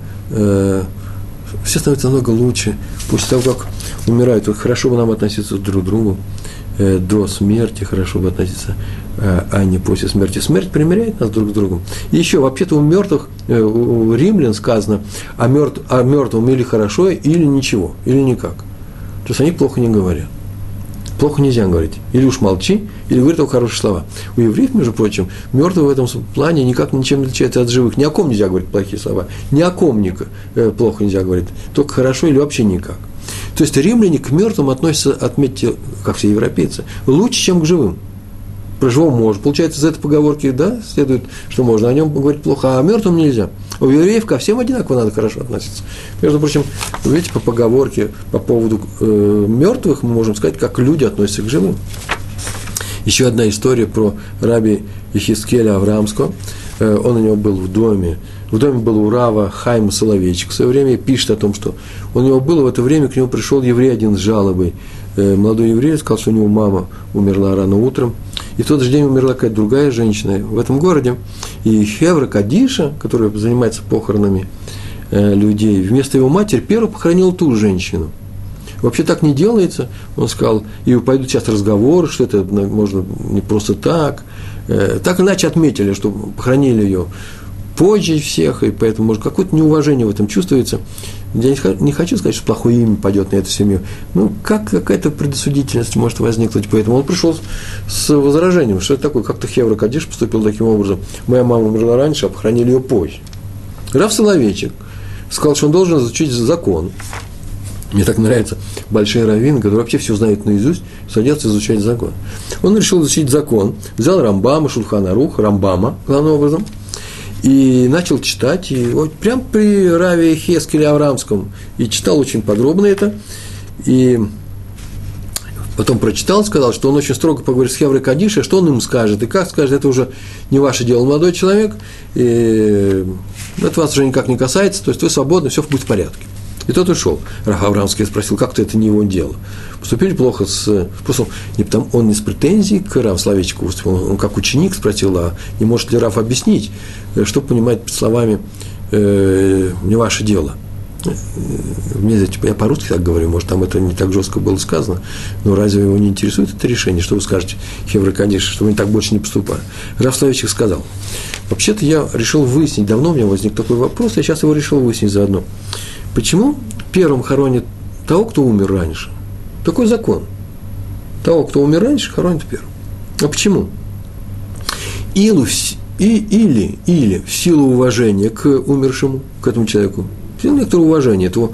Все становится намного лучше. После того, как умирают, вот хорошо бы нам относиться друг к другу. До смерти хорошо бы относиться, а не после смерти. Смерть примиряет нас друг с другом. И еще, вообще-то у мертвых, у римлян сказано, о мертвом или хорошо, или ничего, или никак. То есть они плохо не говорят. Плохо нельзя говорить. Или уж молчи, или говори только хорошие слова. У евреев, между прочим, мертвый в этом плане никак ничем не отличается от живых. Ни о ком нельзя говорить плохие слова. Ни о ком плохо нельзя говорить. Только хорошо или вообще никак. То есть римляне к мертвым относятся, отметьте, как все европейцы, лучше, чем к живым. Про живого можно. Получается, из этой поговорки, да, следует, что можно о нем говорить плохо, а о мертвом нельзя. У евреев ко всем одинаково надо хорошо относиться. Между прочим, видите, по поговорке по поводу мертвых мы можем сказать, как люди относятся к живым. Еще одна история про раби Йехискеля Авраамского. Он у него был в доме. В доме был у Рава Хайма Соловейчик. В свое время пишет о том, что у него было в это время, к нему пришел еврей один с жалобой. Молодой еврей сказал, что у него мама умерла рано утром. И в тот же день умерла какая-то другая женщина в этом городе. И хевра Кадиша, которая занимается похоронами людей, вместо его матери первую похоронила ту женщину. Вообще так не делается, он сказал, и пойдут сейчас разговоры, что это можно не просто так. Так иначе отметили, что похоронили ее позже всех, и поэтому, может, какое-то неуважение в этом чувствуется. Я не хочу сказать, что плохое имя пойдет на эту семью. Какая-то предосудительность может возникнуть, поэтому он пришел с возражением, что это такое, как-то Хевра Кадиш поступил таким образом. Моя мама умерла раньше, а похоронили ее позже. Рав Соловейчик сказал, что он должен изучить закон. Мне так нравятся большие раввины, которые вообще все знают наизусть, садятся изучать закон. Он решил изучить закон, взял Рамбама, Шулхан Арух, Рамбама, главным образом, и начал читать, и вот прям при Раве Йехескеле Авраамском, и читал очень подробно это, и потом прочитал, сказал, что он очень строго поговорит с Хеврой Кадишей, что он им скажет, и как скажет, это уже не ваше дело, молодой человек, и это вас уже никак не касается, то есть вы свободны, все будет в порядке. И тот ушел. Рав Аврамский спросил, как-то это не его дело. Поступили плохо просто он не с претензией к Рав Соловейчику выступил, он как ученик спросил, а не может ли Рав объяснить, что понимать под словами «не ваше дело». Я по-русски так говорю, может, там это не так жестко было сказано, но разве его не интересует это решение, что вы скажете, Хевра Кадиш, что мы так больше не поступаем? Рав Соловейчик сказал, вообще-то я решил выяснить, давно у меня возник такой вопрос, я сейчас его решил выяснить заодно. Почему первым хоронят того, кто умер раньше? Такой закон. Того, кто умер раньше, хоронят первым. А почему? Или в силу уважения к умершему, к этому человеку, в силу некоторого уважения, этого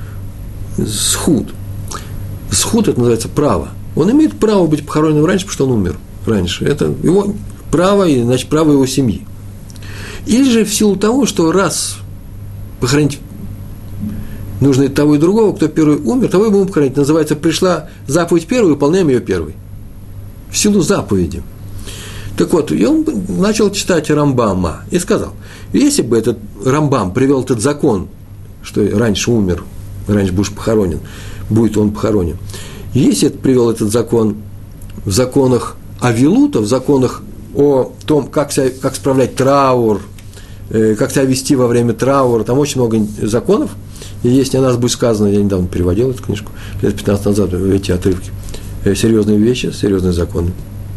схуд. Схуд – это называется право. Он имеет право быть похороненным раньше, потому что он умер раньше. Это его право, и значит, право его семьи. Или же в силу того, что раз похоронить нужно и того, и другого, кто первый умер, того и будем похоронить. Называется, пришла заповедь первой, выполняем ее первой. В силу заповеди. Так вот, и он начал читать Рамбама и сказал, если бы этот Рамбам привел этот закон, что раньше умер, раньше будешь похоронен, будет он похоронен. Если привел этот закон в законах Авилута, в законах о том, как справлять траур, как себя вести во время траура, там очень много законов, и если о нас будет сказано, я недавно переводил эту книжку, лет 15 назад, эти отрывки, серьезные вещи, серьезные законы,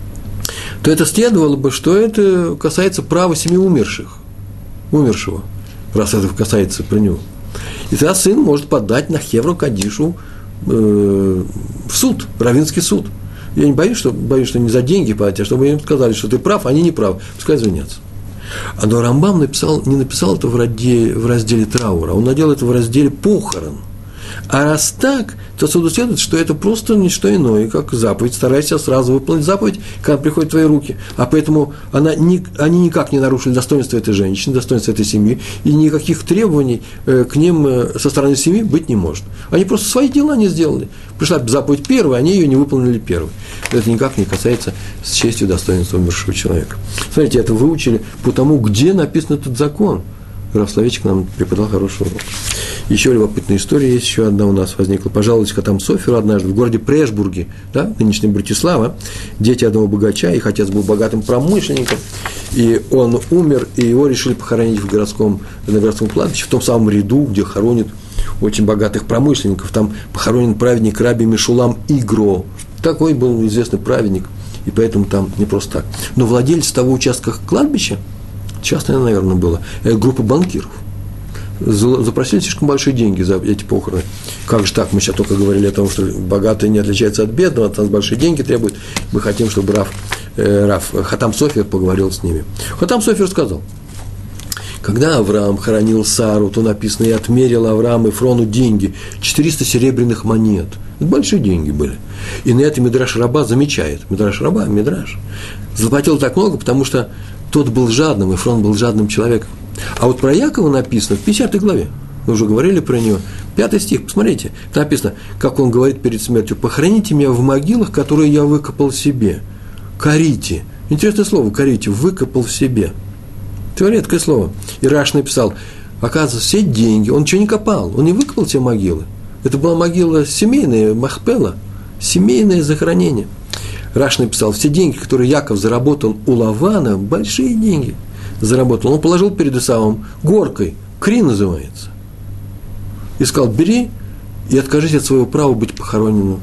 то это следовало бы, что это касается права семьи умершего, раз это касается про него. И тогда сын может подать на Хевру Кадишу в суд, раввинский суд. Я не боюсь, что не за деньги подать, а чтобы им сказали, что ты прав, они не правы, пускай извинятся. Но Рамбам не написал это в разделе траура, он наделал это в разделе похорон. А раз так, то отсюда следует, что это просто не что иное, как заповедь. Старайся сразу выполнить заповедь, когда приходят в твои руки. А поэтому они никак не нарушили достоинство этой женщины, достоинство этой семьи, и никаких требований к ним со стороны семьи быть не может. Они просто свои дела не сделали. Пришла заповедь первая, они ее не выполнили первой. Это никак не касается с честью достоинства умершего человека. Смотрите, это выучили по тому, где написан этот закон. Рав Соловейчик нам преподал хороший урок. Еще любопытная история есть, еще одна у нас возникла. Пожаловались Хатам Соферу однажды в городе Прешбурге, да, нынешнем Братислава, дети одного богача, их отец был богатым промышленником, и он умер, и его решили похоронить на городском кладбище, в том самом ряду, где хоронят очень богатых промышленников. Там похоронен праведник Раби Мешулам Игро. Такой был известный праведник, и поэтому там не просто так. Но владелец того участка кладбища, частное, наверное, было, группа банкиров, запросили слишком большие деньги за эти похороны. Как же так? Мы сейчас только говорили о том, что богатые не отличаются от бедного, от нас большие деньги требуют. Мы хотим, чтобы Рав Хатам Софер поговорил с ними. Хатам Софер сказал, когда Авраам хоронил Сару, то написано, и отмерил Авраам Эфрону деньги, 400 серебряных монет. Это большие деньги были. И на это Мидраш Раба замечает. Мидраш заплатил так много, потому что тот был жадным, Эфрон был жадным человеком. А вот про Якова написано в 50 главе, мы уже говорили про него, 5 стих, посмотрите, там написано, как он говорит перед смертью: «Похороните меня в могилах, которые я выкопал себе». Корите. Интересное слово, корите, выкопал себе. Это редкое слово. И Раш написал, оказывается, все деньги, он ничего не копал, он не выкопал все могилы. Это была могила семейная, махпела, семейное захоронение. Раш написал, все деньги, которые Яков заработал у Лавана, большие деньги заработал, он положил перед Исавом горкой, Кри называется. И сказал, бери и откажись от своего права быть похороненным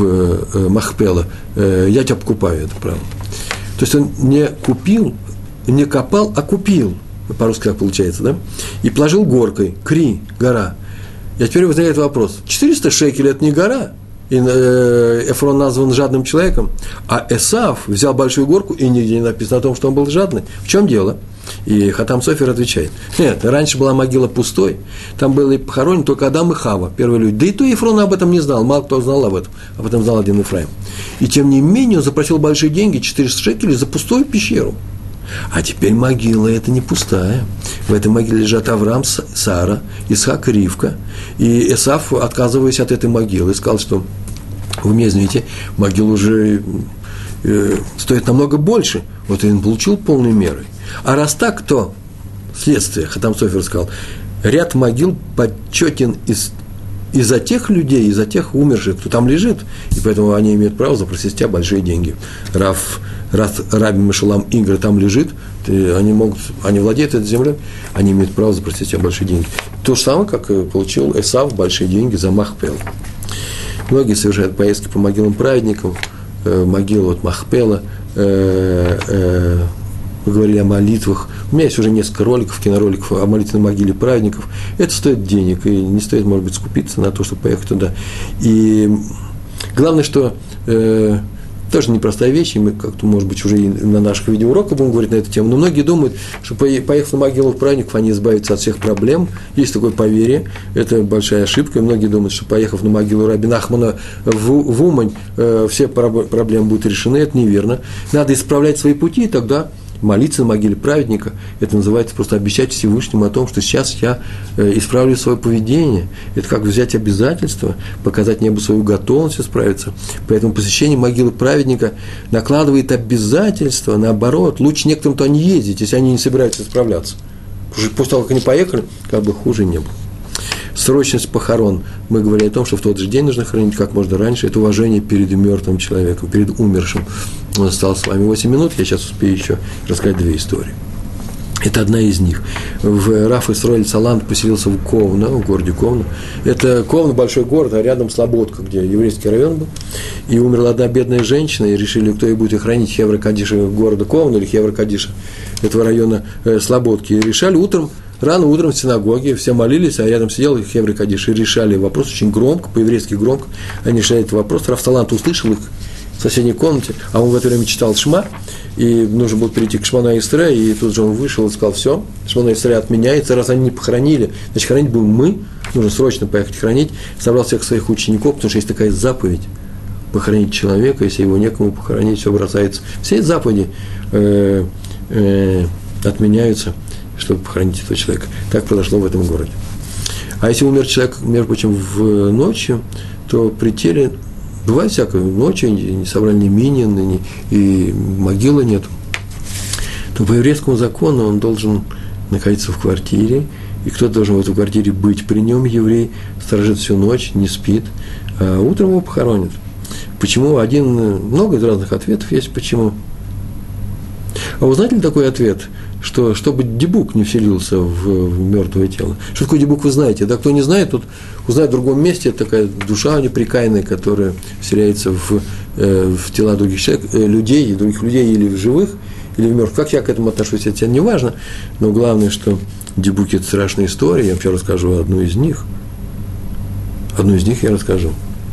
в Махпела. Я тебя покупаю это право. То есть он не купил, не копал, а купил. По-русски так получается, да? И положил горкой, Кри, гора. И теперь возникает вопрос, 400 шекелей – это не гора? И Эфрон назван жадным человеком, а Эсав взял большую горку, и нигде не написано о том, что он был жадный. В чем дело? И Хатам Софер отвечает, нет, раньше была могила пустой, там были похоронены только Адам и Хава, первые люди. Да и то Эфрон об этом не знал, мало кто знал об этом, об этом знал один Ефраим. И тем не менее он запросил большие деньги, 400 шекелей, за пустую пещеру. А теперь могила эта не пустая. В этой могиле лежат Авраам, Сара, Исхак и Ривка. И Эсав, отказываясь от этой могилы, сказал, что вы мне извините, могила уже стоит намного больше. Вот и он получил полной мерой. А раз так, то следствие, Хатам Софер сказал, ряд могил почетен из и за тех людей, и за тех умерших, кто там лежит, и поэтому они имеют право запросить с тебя большие деньги. Раз Раби Мешулам Игр там лежит, они владеют этой землей, они имеют право запросить с тебя большие деньги. То же самое, как получил Эсав большие деньги за Махпел. Многие совершают поездки по могилам праведников, могила вот Махпела, мы говорили о молитвах. У меня есть уже несколько роликов, кинороликов о молитвенной могиле праведников. Это стоит денег, и не стоит, может быть, скупиться на то, чтобы поехать туда. И главное, что тоже непростая вещь, и мы как-то, может быть, уже и на наших видеоуроках будем говорить на эту тему, но многие думают, что поехав на могилу праведников, они избавятся от всех проблем. Есть такое поверье, это большая ошибка, и многие думают, что поехав на могилу раби Нахмана в Умань, все проблемы будут решены. Это неверно. Надо исправлять свои пути, и тогда молиться на могиле праведника, это называется просто обещать Всевышнему о том, что сейчас я исправлю свое поведение. Это как взять обязательство, показать небу свою готовность исправиться. Поэтому посещение могилы праведника накладывает обязательства, наоборот. Лучше некоторым туда не ездить, если они не собираются исправляться. После того, как они поехали, как бы хуже не было. Срочность похорон. Мы говорили о том, что в тот же день нужно хоронить как можно раньше. Это уважение перед мертвым человеком, перед умершим. Он остался с вами 8 минут, я сейчас успею еще рассказать 2 истории. Это одна из них. Раф Исроэль Саланд поселился в Ковно, в городе Ковно. Это Ковно, большой город, а рядом Слободка, где еврейский район был. И умерла одна бедная женщина, и решили, кто ей будет охранить Хевра Кадиша города Ковно или Хевра Кадиша этого района Слободки. И решали рано утром в синагоге, все молились, а рядом сидел Хевра Кадиш, и решали вопрос очень громко, по-еврейски громко. Они решали этот вопрос. Раф Саланд услышал их в соседней комнате, а он в это время читал Шма, и нужно было перейти к Шмона Исре, и тут же он вышел и сказал: все, Шмона Исре отменяется, раз они не похоронили, значит, хоронить будем мы, нужно срочно поехать хранить. Собрал всех своих учеников, потому что есть такая заповедь – похоронить человека, если его некому похоронить, все бросается. Все эти заповеди отменяются, чтобы похоронить этого человека. Так произошло в этом городе. А если умер человек, между прочим, в ночью, то при теле бывает всякое, ночью не собрали ни миньян, и могилы нет. То по еврейскому закону он должен находиться в квартире, и кто-то должен в этой квартире быть при нем, еврей, сторожит всю ночь, не спит, а утром его похоронят. Почему? Много из разных ответов есть, почему. А вы знаете ли такой ответ, что чтобы дебук не вселился в мертвое тело? Что такое дебук, вы знаете? Да, кто не знает, тот узнает в другом месте. Это такая душа неприкаянная, которая вселяется в тела других людей, других людей или в живых, или в мертвых. Как я к этому отношусь, это не важно. Но главное, что дебуки – это страшная история. Я вам сейчас расскажу одну из них. Одну из них я расскажу.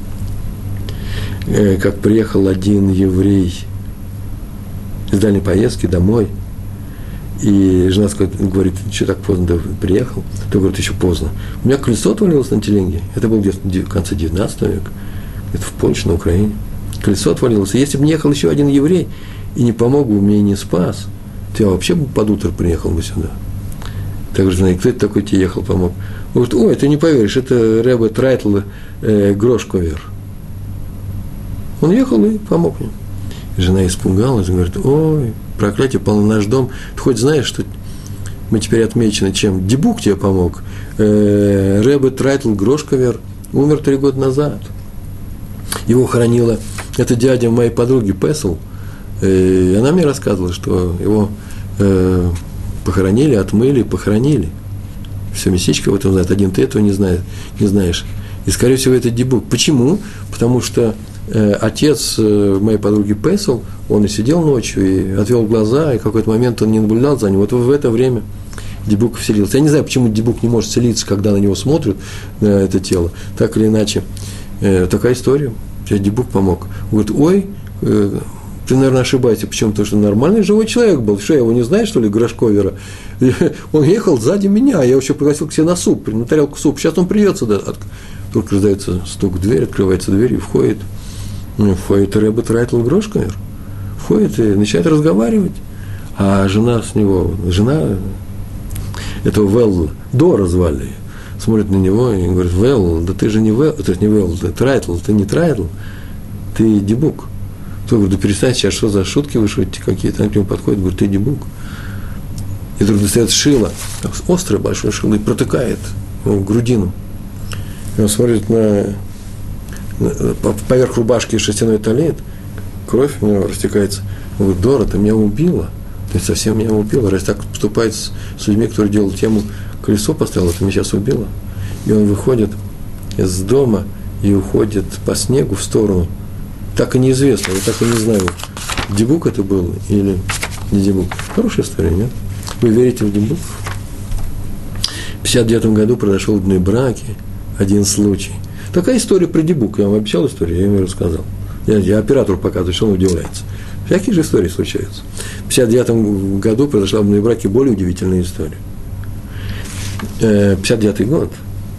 Как приехал один еврей из дальней поездки домой, и жена говорит: что так поздно ты приехал? Ты говорит: еще поздно. У меня колесо отвалилось на телеге. Это было где-то в конце 19 века, где-то в Польше, на Украине. Колесо отвалилось. И если бы не ехал еще один еврей и не помог бы мне и не спас, то я вообще бы под утро приехал бы сюда. Так говорит: жена: кто это такой тебе ехал, помог? Он говорит: ой, ты не поверишь, это Ребе Трайтл Грошковер. Он ехал и помог мне. Жена испугалась, говорит: ой, проклятие пало на наш дом. Ты хоть знаешь, что мы теперь отмечены чем? Дебук тебе помог. Ребе Трайтл Грошковер умер 3 года назад. Его хоронила эта дядя моей подруги Песл. И она мне рассказывала, что его похоронили, отмыли, похоронили. Все местечко в этом знает. Один ты этого не знаешь. И, скорее всего, это дебук. Почему? Потому что отец моей подруги Песл, он и сидел ночью, и отвел глаза, и в какой-то момент он не наблюдал за ним. Вот в это время дебук вселился. Я не знаю, почему дебук не может вселиться, когда на него смотрят, на это тело. Так или иначе, такая история. Сейчас дебук помог. Он говорит: ой, ты, наверное, ошибаешься. Почему? Потому что нормальный живой человек был. Что, я его не знаю, что ли, Грошковера? Он ехал сзади меня, я его еще пригласил к себе на суп, на тарелку супа. Сейчас он придет сюда. Только раздается стук в дверь, открывается дверь, и входит Ребе Трайтл Грошковер. Входит и начинает разговаривать. А жена этого Велла, Дора звали ее, смотрит на него и говорит: Велл, да ты же не Велл, то есть не Велл, ты Трайтл, ты не Трайтл, ты дебук. Кто говорит: да перестань, сейчас что за шутки вы шутите какие-то? Он к нему подходит, говорит: ты дебук. И вдруг достает шило, острое большое шило, и протыкает ему в грудину. И он смотрит поверх рубашки шерстяной талит, кровь у него растекается. Он говорит: Дора, ты меня убила. Ты совсем меня убила. Раз так поступает с людьми, которые делают тему колесо поставил, ты меня сейчас убила. И он выходит из дома и уходит по снегу в сторону. Так и неизвестно, я так и не знаю, Дибук это был или не Дибук. Хорошая история, нет? Вы верите в Дибук? В 59 году произошел в Бней-Браке один случай. Такая история про Дибук. Я вам обещал историю, я ему рассказал. Я оператору показываю, что он удивляется. Всякие же истории случаются. В 59 году произошла в Бней-Браке более удивительная история. 59 год.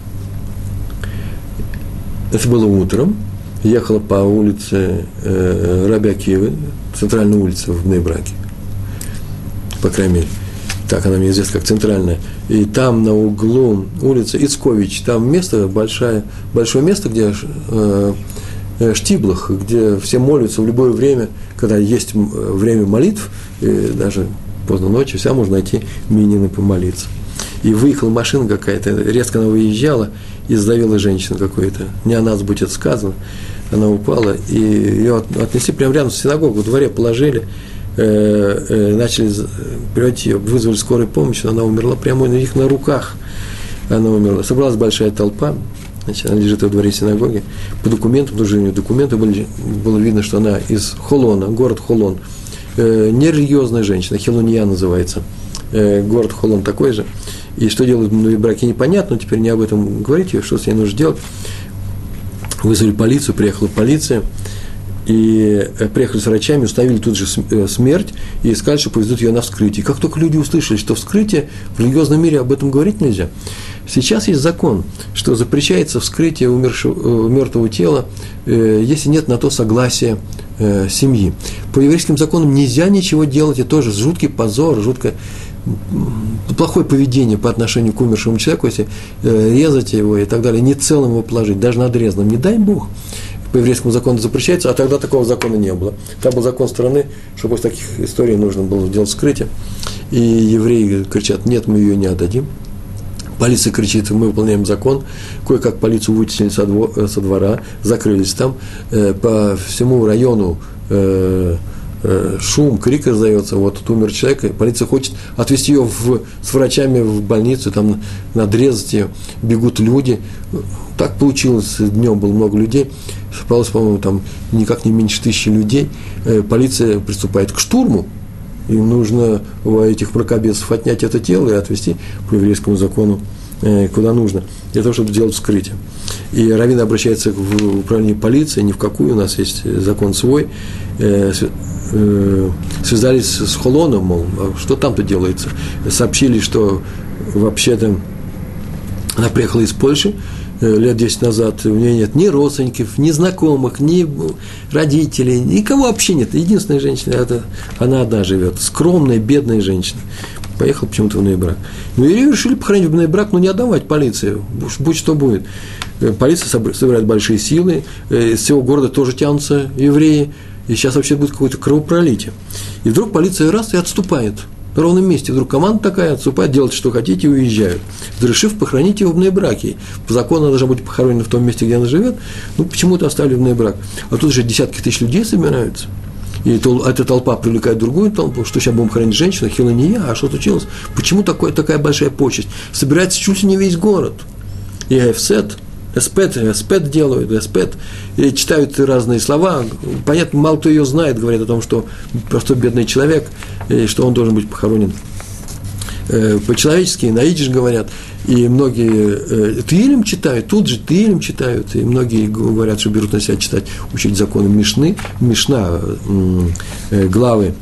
Это было утром. Ехала по улице Раби Акивы, центральной улице в Бней-Браке. По крайней мере. Так она мне известна как центральная. И там на углу улицы Ицкович, там место большое место, где штиблах, где все молятся в любое время, когда есть время молитв, и даже поздно ночью, всегда можно найти минины помолиться. И выехала машина какая-то, резко она выезжала, и сдавила женщину какую-то. Не о нас будет это сказано. Она упала, и ее отнесли прямо рядом с синагогой, во дворе положили, начали приводить ее, вызвали скорую помощь, она умерла прямо у них на руках. Она умерла. Собралась большая толпа, значит, она лежит во дворе синагоги. По документам, тоже у нее документы были, было видно, что она из Холона, город Холон. Нерелигиозная женщина, Хилония называется. Город Холон такой же. И что делают в Бней-Браке, непонятно, теперь не об этом говорите, что с ней нужно делать. Вызвали полицию, приехала полиция, и приехали с врачами, установили тут же смерть, и сказали, что повезут ее на вскрытие. И как только люди услышали, что вскрытие, в религиозном мире об этом говорить нельзя. Сейчас есть закон, что запрещается вскрытие мертвого тела, если нет на то согласия семьи. По еврейским законам нельзя ничего делать, это тоже жуткий позор, жуткое плохое поведение по отношению к умершему человеку, если резать его и так далее, не целым его положить, даже надрезанным, не дай Бог. По еврейскому закону запрещается, а тогда такого закона не было. Там был закон страны, что после таких историй нужно было делать вскрытие. И евреи кричат: нет, мы ее не отдадим. Полиция кричит: мы выполняем закон. Кое-как полицию вытеснили со двора, закрылись там. По всему району шум, крик раздается, вот тут умер человек, и полиция хочет отвезти ее с врачами в больницу, там надрезать ее, бегут люди. Так получилось, днем было много людей, собралось, по-моему, там никак не меньше 1000 людей. Полиция приступает к штурму, им нужно у этих мракобесов отнять это тело и отвезти по еврейскому закону куда нужно, для того, чтобы сделать вскрытие. И раввин обращается в управление полиции, ни в какую, у нас есть закон свой, связались с Холоном, мол, что там-то делается. Сообщили, что вообще-то она приехала из Польши лет 10 назад, у нее нет ни родственников, ни знакомых, ни родителей, никого вообще нет. Единственная женщина, это она одна живет, скромная, бедная женщина. Поехал почему-то в Бней-Брак. Ну, и решили похоронить в Бней-Брак, но не отдавать полиции, будь что будет. Полиция собирает большие силы, из всего города тоже тянутся евреи, и сейчас вообще будет какое-то кровопролитие. И вдруг полиция раз и отступает. На ровном месте вдруг команда такая отступает, делайте, что хотите, и уезжают, решив похоронить его в Бней-Браке. По закону она должна быть похоронена в том месте, где она живет, ну, почему-то оставили в Бней-Брак. А тут же десятки тысяч людей собираются. И эта толпа привлекает другую толпу, что сейчас будем хоронить женщину, Хилония, а что случилось? Почему такая большая почесть? Собирается чуть ли не весь город. И эспет делают, и читают разные слова. Понятно, мало кто ее знает, говорят о том, что простой бедный человек, и что он должен быть похоронен по-человечески, на идиш говорят. И многие Теилим читают, тут же Теилим читают, и многие говорят, что берут на себя читать, учить законы Мишна, главы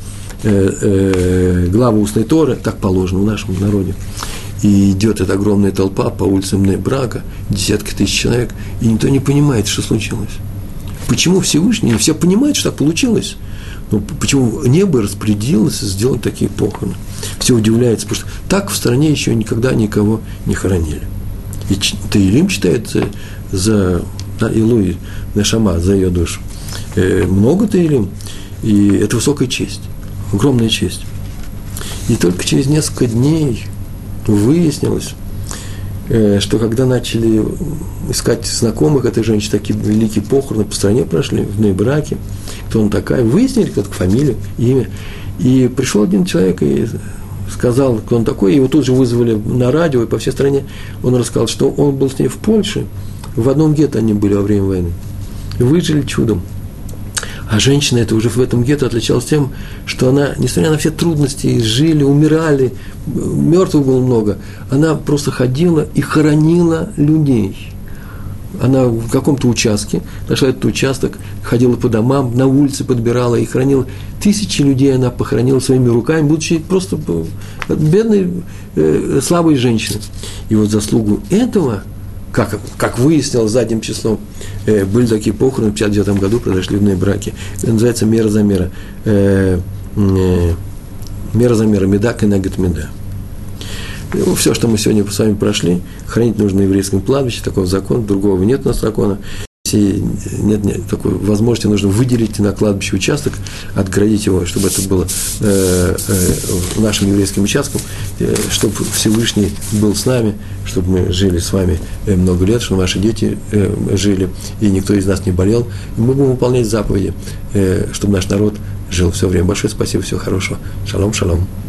устной Торы, так положено в нашем народе. И идет эта огромная толпа по улицам Бней-Брака, десятки тысяч человек, и никто не понимает, что случилось. Почему Всевышний? Все понимают, что так получилось. Но почему небо распорядилось сделать такие похороны? Все удивляются, потому что так в стране еще никогда никого не хоронили. И Теилим читает за Илуи Нешама, за ее душу. Много Теилим, и это высокая честь, огромная честь. И только через несколько дней выяснилось, что когда начали искать знакомых этой женщины, такие великие похороны по стране прошли, в Нейбраке, кто она такая, выяснили, кто такая фамилия, имя. И пришел один человек и сказал, кто он такой, и его тут же вызвали на радио, и по всей стране он рассказал, что он был с ней в Польше, в одном гетто они были во время войны, и выжили чудом. А женщина эта уже в этом гетто отличалась тем, что она, несмотря на все трудности, жили, умирали, мертвых было много, она просто ходила и хоронила людей. Она в каком-то участке, нашла этот участок, ходила по домам, на улице подбирала и хранила. Тысячи людей она похоронила своими руками, будучи просто бедной, слабой женщиной. И вот заслугу этого, как выяснилось задним числом, были такие похороны в 1959 году, произошли в Нейбраке. Это называется мера за мера. Мера за мера, меда кенегет меда. Все, что мы сегодня с вами прошли, хранить нужно на еврейском кладбище, такого закона, другого нет у нас закона. Если нет такой возможности, нужно выделить на кладбище участок, отгородить его, чтобы это было нашим еврейским участком, чтобы Всевышний был с нами, чтобы мы жили с вами много лет, чтобы наши дети жили, и никто из нас не болел. И мы будем выполнять заповеди, чтобы наш народ жил все время. Большое спасибо, всего хорошего. Шалом, шалом.